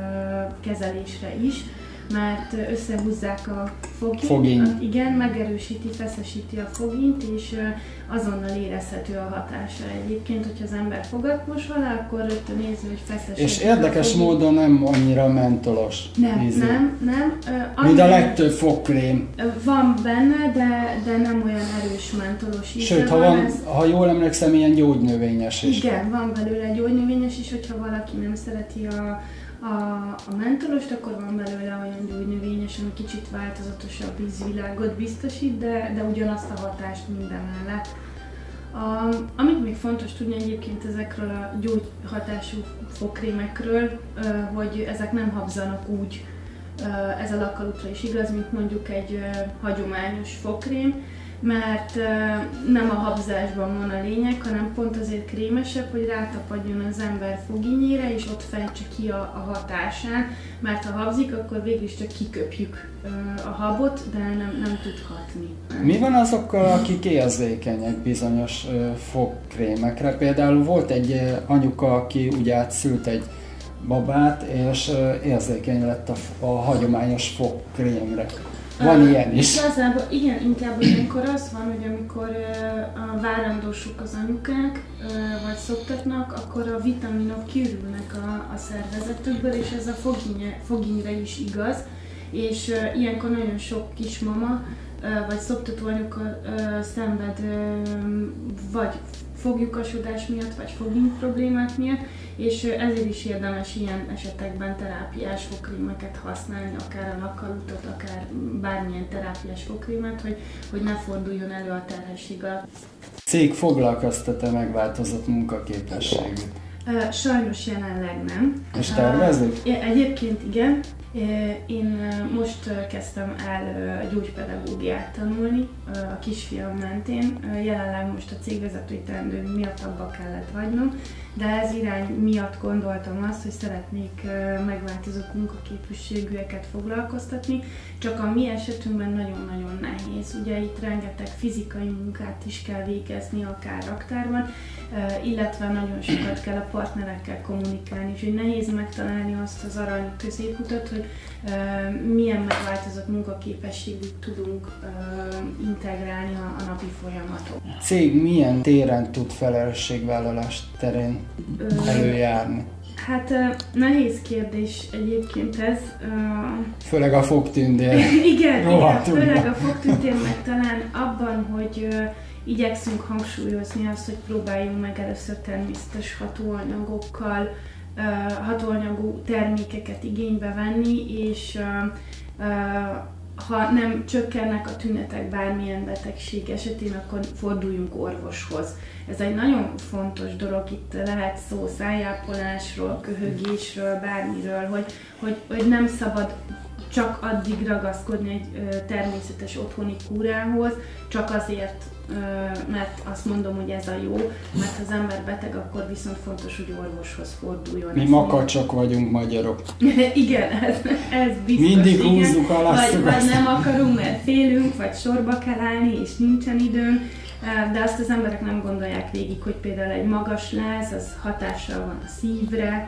kezelésre is, mert összehúzzák a fogint, Fogény. igen, megerősíti, feszesíti a fogint, és azonnal érezhető a hatása. Egyébként, hogyha az ember fogat mos alá, akkor rögtön nézni, hogy feszesíti. És érdekes módon nem annyira mentolos. Nem, ízű. nem, nem. Uh, Mint a legtöbb fogkrém. Van benne, de, de nem olyan erős mentolos íze. Sőt, ha, van, ez... ha jól emlékszem, ilyen gyógynövényes is. Igen, van belőle gyógynövényes is, hogyha valaki nem szereti a A, a mentolost, akkor van belőle olyan gyógynövényes, ami kicsit változatosabb ízvilágot biztosít, de, de ugyanazt a hatást mindemellett. A, amit még fontos tudni egyébként ezekről a gyógyhatású fogkrémekről, hogy ezek nem habzanak úgy, ez a Lakalutra is igaz, mint mondjuk egy hagyományos fogkrém, mert nem a habzásban van a lényeg, hanem pont azért krémesebb, hogy rátapadjon az ember fogínyére, és ott fejtse ki a, a hatásán, mert ha habzik, akkor végül is csak kiköpjük a habot, de nem, nem tud hatni. Mi van azokkal, akik érzékenyek bizonyos fogkrémekre? Például volt egy anyuka, aki ugye átszült egy babát, és érzékeny lett a, a hagyományos fogkrémre. Van ilyen is. Igazából igen, inkább ilyenkor az van, hogy amikor a várandósok az anyukák, vagy szoptatnak, akkor a vitaminok kiürülnek a, a szervezetükből, és ez a fogíny, fogínyre is igaz. És ilyenkor nagyon sok kismama, vagy szoptató anyuka szenved vagy foglyukasodás miatt, vagy fogíny problémák miatt, és ezért is érdemes ilyen esetekben terápiás fogkrémeket használni, akár a Lakalutot, akár bármilyen terápiás fogkrémet, hogy, hogy ne forduljon elő a terhesség alatt. Cég foglalkoztat-e megváltozott munkaképességű? Sajnos jelenleg nem. És tervezik? Egyébként igen. Én most kezdtem el gyógypedagógiát tanulni a kisfiam mentén. Jelenleg most a cégvezetői teendőm miatt abba kellett hagynom, de ez irány miatt gondoltam azt, hogy szeretnék megváltozott munkaképességűeket foglalkoztatni, csak a mi esetünkben nagyon-nagyon nehéz. Ugye itt rengeteg fizikai munkát is kell végezni, akár raktárban, illetve nagyon sokat kell a partnerekkel kommunikálni, és hogy nehéz megtalálni azt az arany középutat, hogy milyen megváltozott munkaképességűt tudunk integrálni a, a napi folyamatok. A cég milyen téren tud felelősségvállalás terén előjárni? Hát nehéz kérdés egyébként ez. Főleg a fogtündér. igen, igen, főleg a fogtündér, meg talán abban, hogy igyekszünk hangsúlyozni azt, hogy próbáljunk meg először természetes hatóanyagokkal, hatóanyagú termékeket igénybe venni, és ha nem csökkennek a tünetek bármilyen betegség esetén, akkor forduljunk orvoshoz. Ez egy nagyon fontos dolog, itt lehet szó szájápolásról, köhögésről, bármiről, hogy, hogy, hogy nem szabad csak addig ragaszkodni egy természetes otthoni kúrához, csak azért, mert azt mondom, hogy ez a jó, mert ha az ember beteg, akkor viszont fontos, hogy orvoshoz forduljon. Mi makacsok vagyunk magyarok. igen, ez, ez biztos. Mindig húzzuk a vagy, vagy nem akarunk, mert félünk, vagy sorba kell állni, és nincsen időnk. De azt az emberek nem gondolják végig, hogy például egy magas láz, az hatással van a szívre,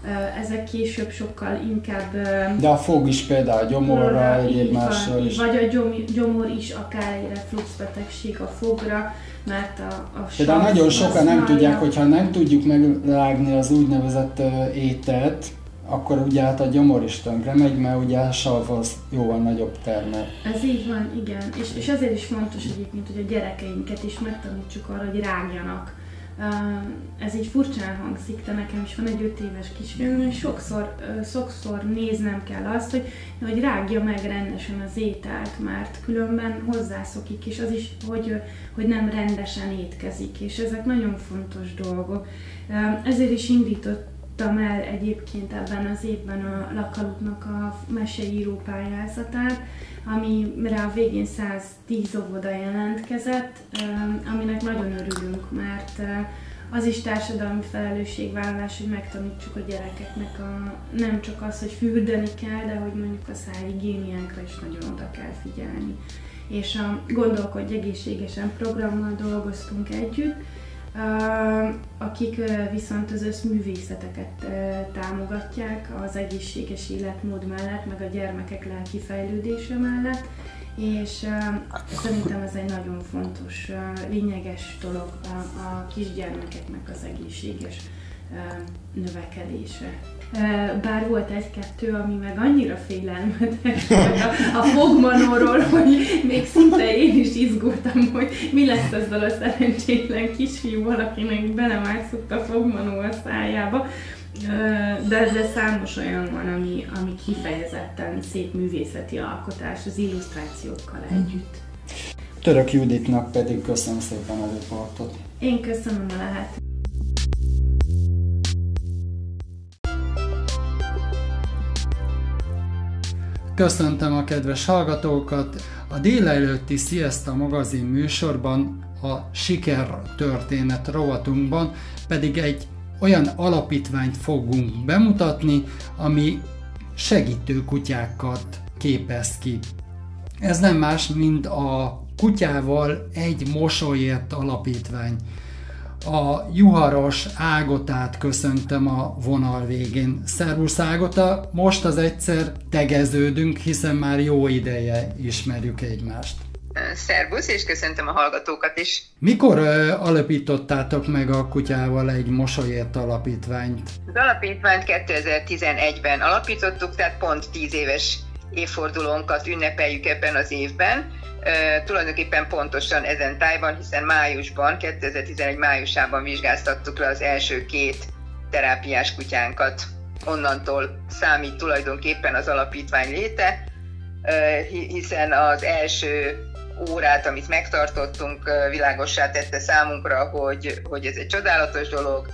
Ezek később sokkal inkább... De a fog is például a gyomorra, egyéb másra is. Vagy a gyom, gyomor is akár egy refluxbetegség a fogra, mert a, a például nagyon sokan nem tudják, hogyha nem tudjuk megrágni az úgynevezett ételt, akkor ugye hát a gyomor is tönkre megy, mert ugye a sav az jóval nagyobb termel. Ez így van, igen. És, és ezért is fontos egyébként, hogy a gyerekeinket is megtanítsuk arra, hogy rágjanak. Ez így furcsán hangzik, de nekem is van egy öt éves kisfiam, és sokszor, sokszor néznem kell azt, hogy, hogy rágja meg rendesen az ételt, mert különben hozzászokik, és az is, hogy, hogy nem rendesen étkezik, és ezek nagyon fontos dolgok. Ezért is indítottam el egyébként ebben az évben a Lakalutnak a meseíró pályázatát, amire a végén száztíz óvoda jelentkezett, aminek nagyon örülünk, mert az is társadalmi felelősségvállalás, hogy megtanítsuk a gyerekeknek a, nem csak az, hogy fürdeni kell, de hogy mondjuk a szájhigiéniánkra is nagyon oda kell figyelni. És a Gondolkodj egészségesen programmal dolgoztunk együtt, akik viszont az összművészeteket támogatják az egészséges életmód mellett, meg a gyermekek lelki fejlődése mellett, és szerintem ez egy nagyon fontos, lényeges dolog a, a kisgyermekeknek az egészséges növekedése. Bár volt egy-kettő, ami meg annyira félelmetes, a, a fogmanóról, hogy még szinte én is izgultam, hogy mi lesz ezzel a szerencsétlen kisfiúval, akinek belemászott a fogmanó a szájába. De, de számos olyan van, ami, ami kifejezetten szép művészeti alkotás az illusztrációkkal együtt. Török Juditnak pedig köszönöm szépen a riportot. Én köszönöm a lehetőséget. Köszöntöm a kedves hallgatókat! A délelőtti Sziasztok magazin műsorban, a sikertörténet rovatunkban pedig egy olyan alapítványt fogunk bemutatni, ami segítő kutyákat képez ki. Ez nem más, mint a Kutyával egy mosolyért alapítvány. A Juharos Ágotát köszöntöm a vonal végén. Szervusz Ágota, most az egyszer tegeződünk, hiszen már jó ideje ismerjük egymást. Szervusz, és köszöntöm a hallgatókat is. Mikor uh, alapítottátok meg a Kutyával egy mosolyért alapítványt? Az alapítványt kétezer-tizenegyben alapítottuk, tehát pont tíz éves évfordulónkat ünnepeljük ebben az évben. Uh, tulajdonképpen pontosan ezen tájban, hiszen májusban, kétezer-tizenegy májusában vizsgáztattuk le az első két terápiás kutyánkat. Onnantól számít tulajdonképpen az alapítvány léte, uh, hiszen az első órát, amit megtartottunk, világossá tette számunkra, hogy, hogy ez egy csodálatos dolog.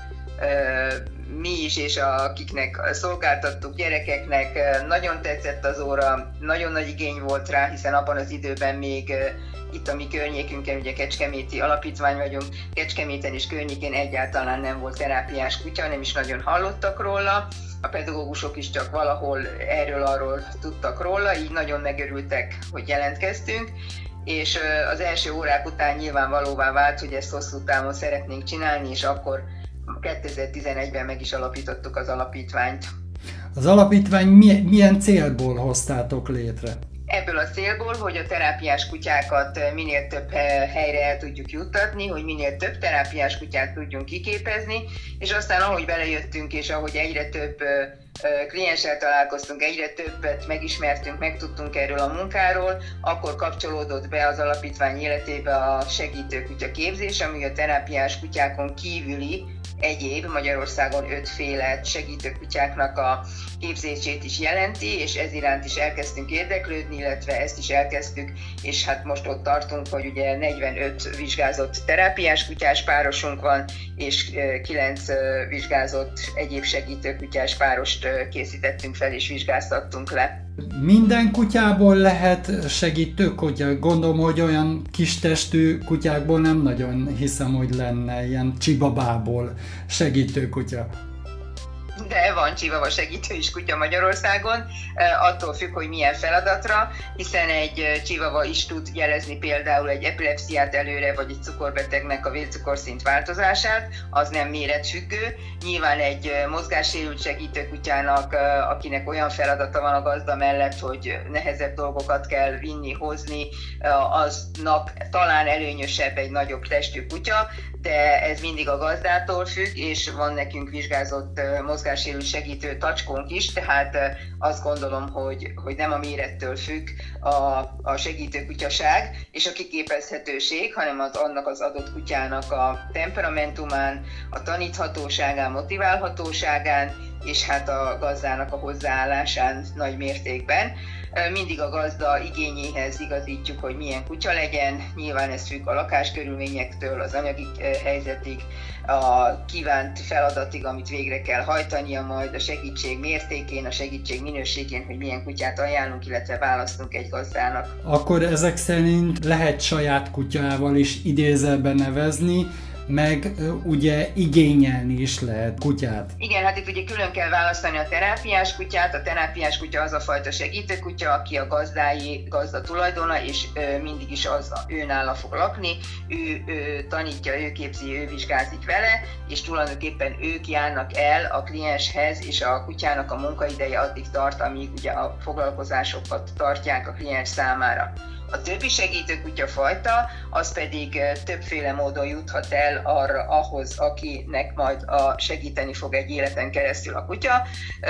Mi is, és akiknek szolgáltattuk gyerekeknek, nagyon tetszett az óra, nagyon nagy igény volt rá, hiszen abban az időben még itt a mi környékünkön, ugye Kecskeméti alapítvány vagyunk, Kecskeméten és környékén egyáltalán nem volt terápiás kutya, nem is nagyon hallottak róla. A pedagógusok is csak valahol erről-arról tudtak róla, így nagyon megörültek, hogy jelentkeztünk. És az első órák után nyilvánvalóvá vált, hogy ezt hosszú távon szeretnénk csinálni, és akkor kétezer-tizenegyben meg is alapítottuk az alapítványt. Az alapítvány milyen célból hoztátok létre? Ebből a célból, hogy a terápiás kutyákat minél több helyre el tudjuk juttatni, hogy minél több terápiás kutyát tudjunk kiképezni, és aztán ahogy belejöttünk, és ahogy egyre több klienssel találkoztunk, egyre többet megismertünk, megtudtunk erről a munkáról, akkor kapcsolódott be az alapítvány életébe a segítőkutya képzés, ami a terápiás kutyákon kívüli egyéb Magyarországon ötféle segítőkutyáknak a képzését is jelenti, és ez iránt is elkezdtünk érdeklődni, illetve ezt is elkezdtük, és hát most ott tartunk, hogy ugye negyvenöt vizsgázott terápiás kutyás párosunk van, és kilenc vizsgázott egyéb segítőkutyás párost készítettünk fel, és vizsgáztattunk le. Minden kutyából lehet segítőkutya? Gondolom, hogy olyan kis testű kutyákból nem nagyon hiszem, hogy lenne ilyen csibabából segítőkutya. de van csivava segítő is kutya Magyarországon, attól függ, hogy milyen feladatra, hiszen egy csivava is tud jelezni például egy epilepsziát előre, vagy egy cukorbetegnek a vércukorszint változását, az nem méretfüggő. Nyilván egy mozgássérült segítő kutyának, akinek olyan feladata van a gazda mellett, hogy nehezebb dolgokat kell vinni, hozni, aznak talán előnyösebb egy nagyobb testű kutya, de ez mindig a gazdától függ, és van nekünk vizsgázott mozgássérült segítő tacskónk is, tehát azt gondolom, hogy, hogy nem a mérettől függ a, a segítőkutyaság és a kiképezhetőség, hanem az annak az adott kutyának a temperamentumán, a taníthatóságán, motiválhatóságán, és hát a gazdának a hozzáállásán nagy mértékben. Mindig a gazda igényéhez igazítjuk, hogy milyen kutya legyen. Nyilván ez függ a lakáskörülményektől, az anyagi helyzetig, a kívánt feladatig, amit végre kell hajtania, majd a segítség mértékén, a segítség minőségén, hogy milyen kutyát ajánlunk, illetve választunk egy gazdának. Akkor ezek szerint lehet saját kutyával is idézelben nevezni, meg ugye igényelni is lehet kutyát. Igen, hát itt ugye külön kell választani a terápiás kutyát. A terápiás kutya az a fajta segítőkutya, aki a gazdái, gazda tulajdona, és ö, mindig is az ő nála fog lakni. Ő, ő tanítja, ő képzi, ő vizsgázik vele, és tulajdonképpen ők járnak el a klienshez, és a kutyának a munkaideje addig tart, amíg ugye a foglalkozásokat tartják a kliens számára. A többi segítőkutya fajta, az pedig többféle módon juthat el arra, ahhoz, akinek majd a segíteni fog egy életen keresztül a kutya.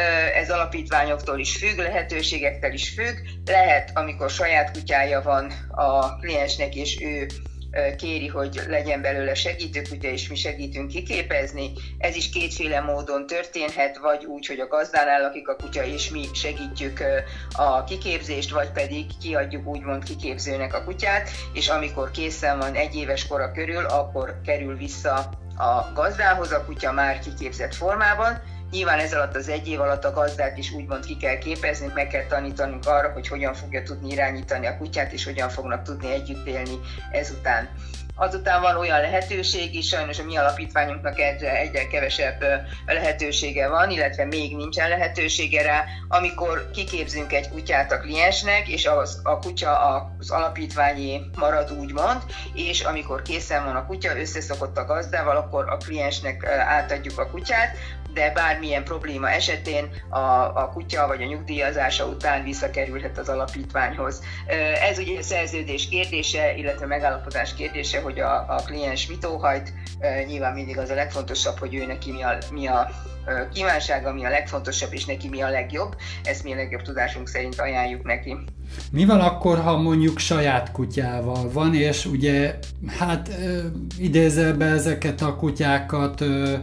Ez alapítványoktól is függ, lehetőségektől is függ. Lehet, amikor saját kutyája van a kliensnek, és ő kéri, hogy legyen belőle segítőkutya, és mi segítünk kiképezni. Ez is kétféle módon történhet, vagy úgy, hogy a gazdánál lakik a kutya, és mi segítjük a kiképzést, vagy pedig kiadjuk úgymond kiképzőnek a kutyát, és amikor készen van egy éves kora körül, akkor kerül vissza a gazdához a kutya már kiképzett formában. Nyilván ez alatt az egy év alatt a gazdát is úgymond ki kell képeznünk, meg kell tanítanunk arra, hogy hogyan fogja tudni irányítani a kutyát, és hogyan fognak tudni együtt élni ezután. Azután van olyan lehetőség is, sajnos a mi alapítványunknak egyre, egyre kevesebb lehetősége van, illetve még nincsen lehetősége rá, amikor kiképzünk egy kutyát a kliensnek, és az, a kutya az alapítványé marad úgymond, és amikor készen van a kutya, összeszokott a gazdával, akkor a kliensnek átadjuk a kutyát, de bármilyen probléma esetén a, a kutya vagy a nyugdíjazása után visszakerülhet az alapítványhoz. Ez ugye a szerződés kérdése, illetve megállapodás kérdése, hogy a, a kliens mit óhajt. Nyilván mindig az a legfontosabb, hogy ő neki mi a, mi a kívánsága, mi a legfontosabb, és neki mi a legjobb. Ezt mi a legjobb tudásunk szerint ajánljuk neki. Mi van akkor, ha mondjuk saját kutyával van, és ugye hát idézelbe ezeket a kutyákat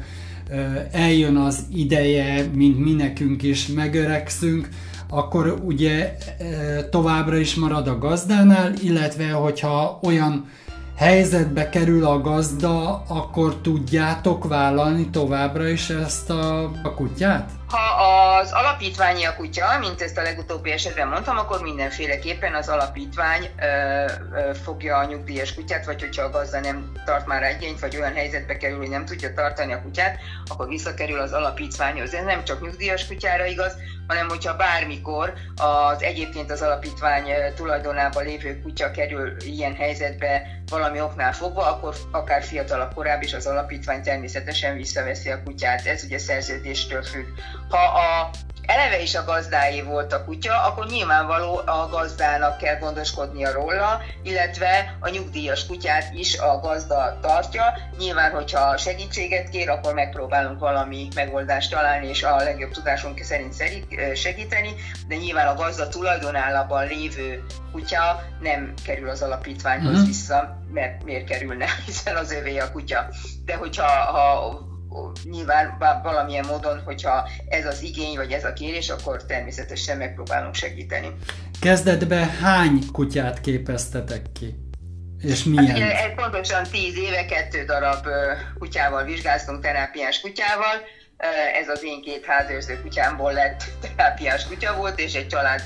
eljön az ideje, mint mi nekünk is megöregszünk, akkor ugye továbbra is marad a gazdánál, illetve hogyha olyan helyzetbe kerül a gazda, akkor tudjátok vállalni továbbra is ezt a, a kutyát? Ha az alapítványi a kutya, mint ezt a legutóbbi esetben mondtam, akkor mindenféleképpen az alapítvány ö, ö, fogja a nyugdíjas kutyát, vagy hogyha a gazda nem tart már igényt, vagy olyan helyzetbe kerül, hogy nem tudja tartani a kutyát, akkor visszakerül az alapítványhoz. Ez nem csak nyugdíjas kutyára igaz, hanem hogyha bármikor az egyébként az alapítvány tulajdonában lévő kutya kerül ilyen helyzetbe valami oknál fogva, akkor akár fiatalabb korább is az alapítvány természetesen visszaveszi a kutyát. Ez ugye szerződéstől függ. Ha a eleve is a gazdáé volt a kutya, akkor nyilvánvaló a gazdának kell gondoskodnia róla, illetve a nyugdíjas kutyát is a gazda tartja. Nyilván, hogyha segítséget kér, akkor megpróbálunk valami megoldást találni, és a legjobb tudásunk szerint segíteni, de nyilván a gazda tulajdonában lévő kutya nem kerül az alapítványhoz uh-huh. vissza, mert miért kerülne, hiszen az övé a kutya. De hogyha ha nyilván valamilyen módon, hogyha ez az igény, vagy ez a kérés, akkor természetesen megpróbálunk segíteni. Kezdetben hány kutyát képeztetek ki? És milyen? Hát, pontosan tíz éve kettő darab kutyával vizsgáztunk, terápiás kutyával. Ez az én két házőrző kutyámból lett terápiás kutya volt, és egy családi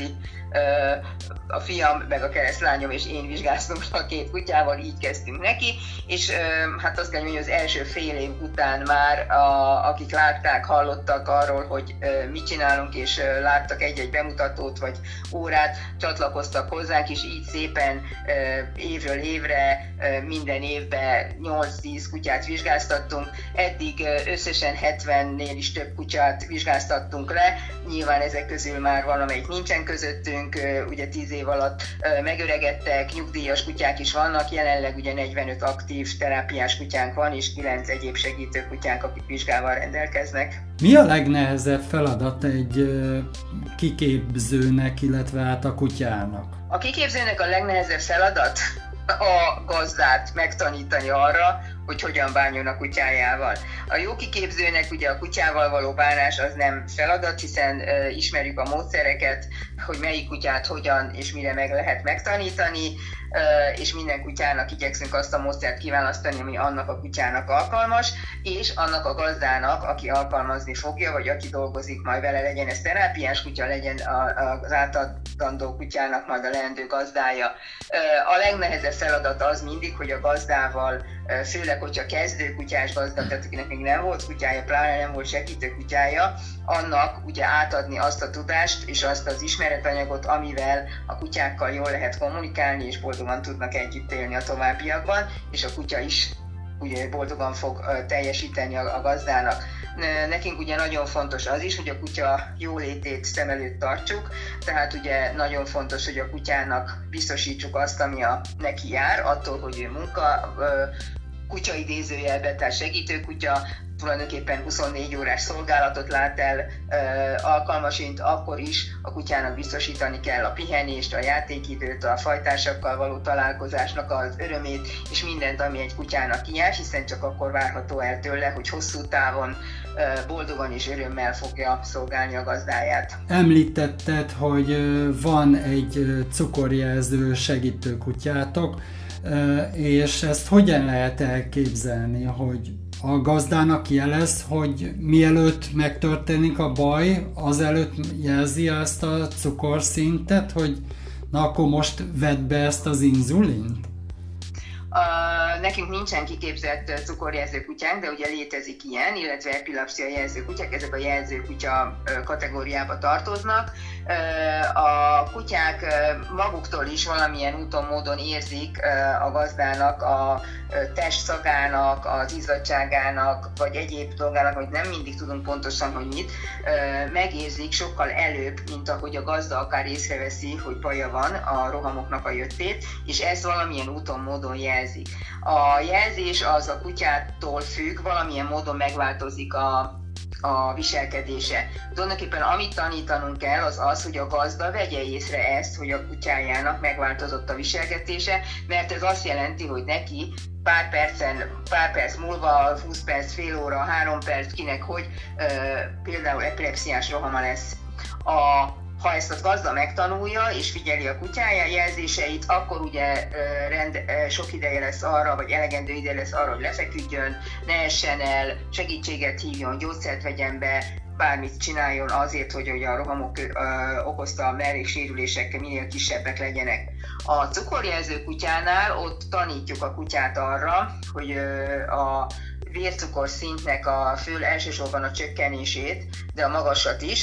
a fiam, meg a keresztlányom és én vizsgáztunk a két kutyával, így kezdtünk neki, és hát azt kell mondani, hogy az első fél év után már, a, akik látták, hallottak arról, hogy mit csinálunk, és láttak egy-egy bemutatót vagy órát, csatlakoztak hozzánk, és így szépen évről évre, minden évben nyolc-tíz kutyát vizsgáztattunk. Eddig összesen hetvennél is több kutyát vizsgáztattunk le, nyilván ezek közül már valamelyik nincsen közöttünk, ugye tíz év alatt megöregedtek, nyugdíjas kutyák is vannak, jelenleg ugye negyvenöt aktív terápiás kutyánk van, és kilenc egyéb segítő kutyánk, akik vizsgával rendelkeznek. Mi a legnehezebb feladat egy kiképzőnek, illetve hát a kutyának? A kiképzőnek a legnehezebb feladat a gazdát megtanítani arra, hogy hogyan bánjon a kutyájával. A jó kiképzőnek ugye a kutyával való bánás az nem feladat, hiszen uh, ismerjük a módszereket, hogy melyik kutyát hogyan és mire meg lehet megtanítani, uh, és minden kutyának igyekszünk azt a módszert kiválasztani, ami annak a kutyának alkalmas, és annak a gazdának, aki alkalmazni fogja, vagy aki dolgozik majd vele, legyen ez terápiás kutya, legyen az átadandó kutyának majd a leendő gazdája. Uh, a legnehezebb feladat az mindig, hogy a gazdával, főleg, hogyha kezdő kutyás gazda, tehát akinek még nem volt kutyája, pláne nem volt segítő kutyája, annak ugye átadni azt a tudást és azt az ismeretanyagot, amivel a kutyákkal jól lehet kommunikálni, és boldogan tudnak együtt élni a továbbiakban, és a kutya is ugye boldogan fog teljesíteni a, a gazdának. Nekünk ugye nagyon fontos az is, hogy a kutya jólétét szem előtt tartsuk, tehát ugye nagyon fontos, hogy a kutyának biztosítsuk azt, ami a neki jár, attól, hogy ő munka, kutya idézőjelben, tehát segítő kutya, tulajdonképpen huszonnégy órás szolgálatot lát el ö, alkalmasint, akkor is a kutyának biztosítani kell a pihenést, a játékidőt, a fajtársakkal való találkozásnak az örömét, és mindent, ami egy kutyának jár, hiszen csak akkor várható el tőle, hogy hosszú távon ö, boldogan és örömmel fogja szolgálni a gazdáját. Említetted, hogy van egy cukorjelző segítő kutyátok, és ezt hogyan lehet elképzelni, hogy a gazdának jelez, hogy mielőtt megtörténik a baj, azelőtt jelzi ezt a cukorszintet, hogy na akkor most vedd be ezt az inzulint? Uh, nekünk nincsen kiképzett cukorjelző kutyánk, de ugye létezik ilyen, illetve epilepszia jelző kutyák, ezek a jelző kutya kategóriába tartoznak. Uh, a kutyák maguktól is valamilyen úton, módon érzik uh, a gazdának a testszagának, az izzadtságának, vagy egyéb dolgának, hogy nem mindig tudunk pontosan, hogy mit, uh, megérzik sokkal előbb, mint ahogy a gazda akár észreveszi, hogy baja van a rohamoknak a jöttét, és ezt valamilyen úton, módon jelzik. A jelzés az a kutyától függ, valamilyen módon megváltozik a a viselkedése. Tulajdonképpen amit tanítanunk kell, az az, hogy a gazda vegye észre ezt, hogy a kutyájának megváltozott a viselkedése, mert ez azt jelenti, hogy neki pár percen, pár perc múlva, húsz perc, fél óra, három perc, kinek hogy, e, például epilepsziás rohama lesz. A Ha ezt a gazda megtanulja és figyeli a kutyája jelzéseit, akkor ugye rend, sok ideje lesz arra, vagy elegendő ideje lesz arra, hogy lefeküdjön, ne essen el, segítséget hívjon, gyógyszert vegyen be, bármit csináljon azért, hogy a rohamok okozta melléksérülések minél kisebbek legyenek. A cukorjelző kutyánál ott tanítjuk a kutyát arra, hogy a vércukor szintnek a föl elsősorban a csökkenését, de a magasat is,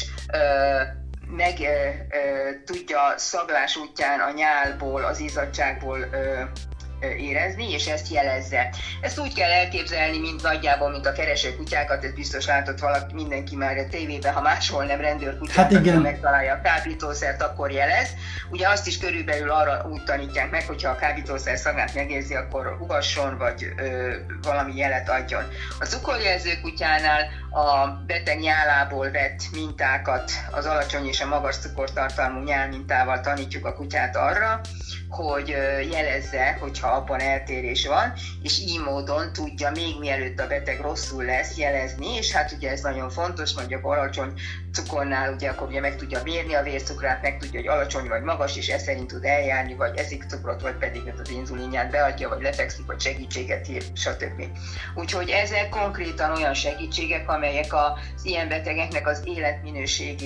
meg e, e, tudja szaglás útján a nyálból, az izzadságból e, e, érezni, és ezt jelezze. Ezt úgy kell elképzelni, mint nagyjából, mint a kereső kutyákat, ez biztos látott valaki, mindenki már a tévében, ha máshol nem rendőrkutyát, hát akkor megtalálja a kábítószert, akkor jelez. Ugye azt is körülbelül arra úgy tanítják meg, hogyha a kábítószer szagát megérzi, akkor ugasson, vagy ö, valami jelet adjon. A cukorjelző kutyánál a beteg nyálából vett mintákat az alacsony és a magas cukortartalmú nyálmintával tanítjuk a kutyát arra, hogy jelezze, hogyha abban eltérés van, és így módon tudja még mielőtt a beteg rosszul lesz jelezni, és hát ugye ez nagyon fontos, mondjuk alacsony cukornál ugye akkor ugye meg tudja mérni a vércukrát, meg tudja, hogy alacsony vagy magas, és ez szerint tud eljárni, vagy eszik cukrot, vagy pedig az inzulinját beadja, vagy lefekszik, vagy segítséget ír, stb. Úgyhogy ezek konkrétan olyan segítségek, amelyek az ilyen betegeknek az életminőségét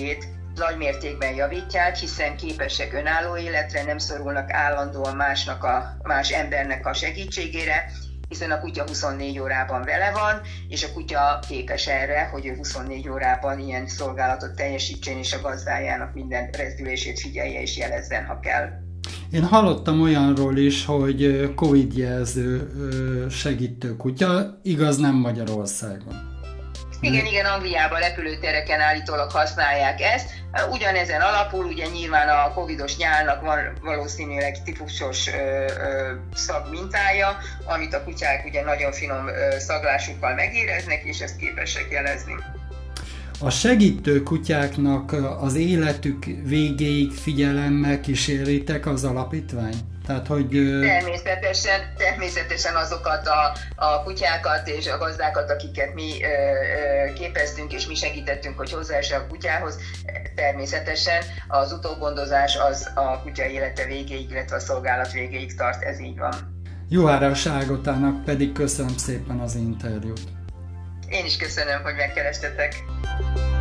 nagy mértékben javítják, hiszen képesek önálló életre, nem szorulnak állandóan másnak a, más embernek a segítségére, hiszen a kutya huszonnégy órában vele van, és a kutya képes erre, hogy ő huszonnégy órában ilyen szolgálatot teljesítsen, és a gazdájának minden rezdülését figyelje és jelezzen, ha kell. Én hallottam olyanról is, hogy Covid jelző segítő kutya, igaz, nem Magyarországon. Igen, igen, Angliában repülőtereken állítólag használják ezt. Ugyanezen alapul, ugye nyilván a covidos nyálnak van valószínűleg típusos ö, ö, szagmintája, amit a kutyák ugye nagyon finom ö, szaglásukkal megéreznek, és ezt képesek jelezni. A segítő kutyáknak az életük végéig figyelemmel kíséritek az alapítvány? Tehát, hogy... Természetesen, természetesen azokat a, a kutyákat és a gazdákat, akiket mi ö, ö, képeztünk és mi segítettünk, hogy hozzáesse a kutyához, természetesen az utógondozás az a kutya élete végéig, illetve a szolgálat végéig tart, ez így van. Juháras Ágotának pedig köszönöm szépen az interjút. Én is köszönöm, hogy megkerestetek.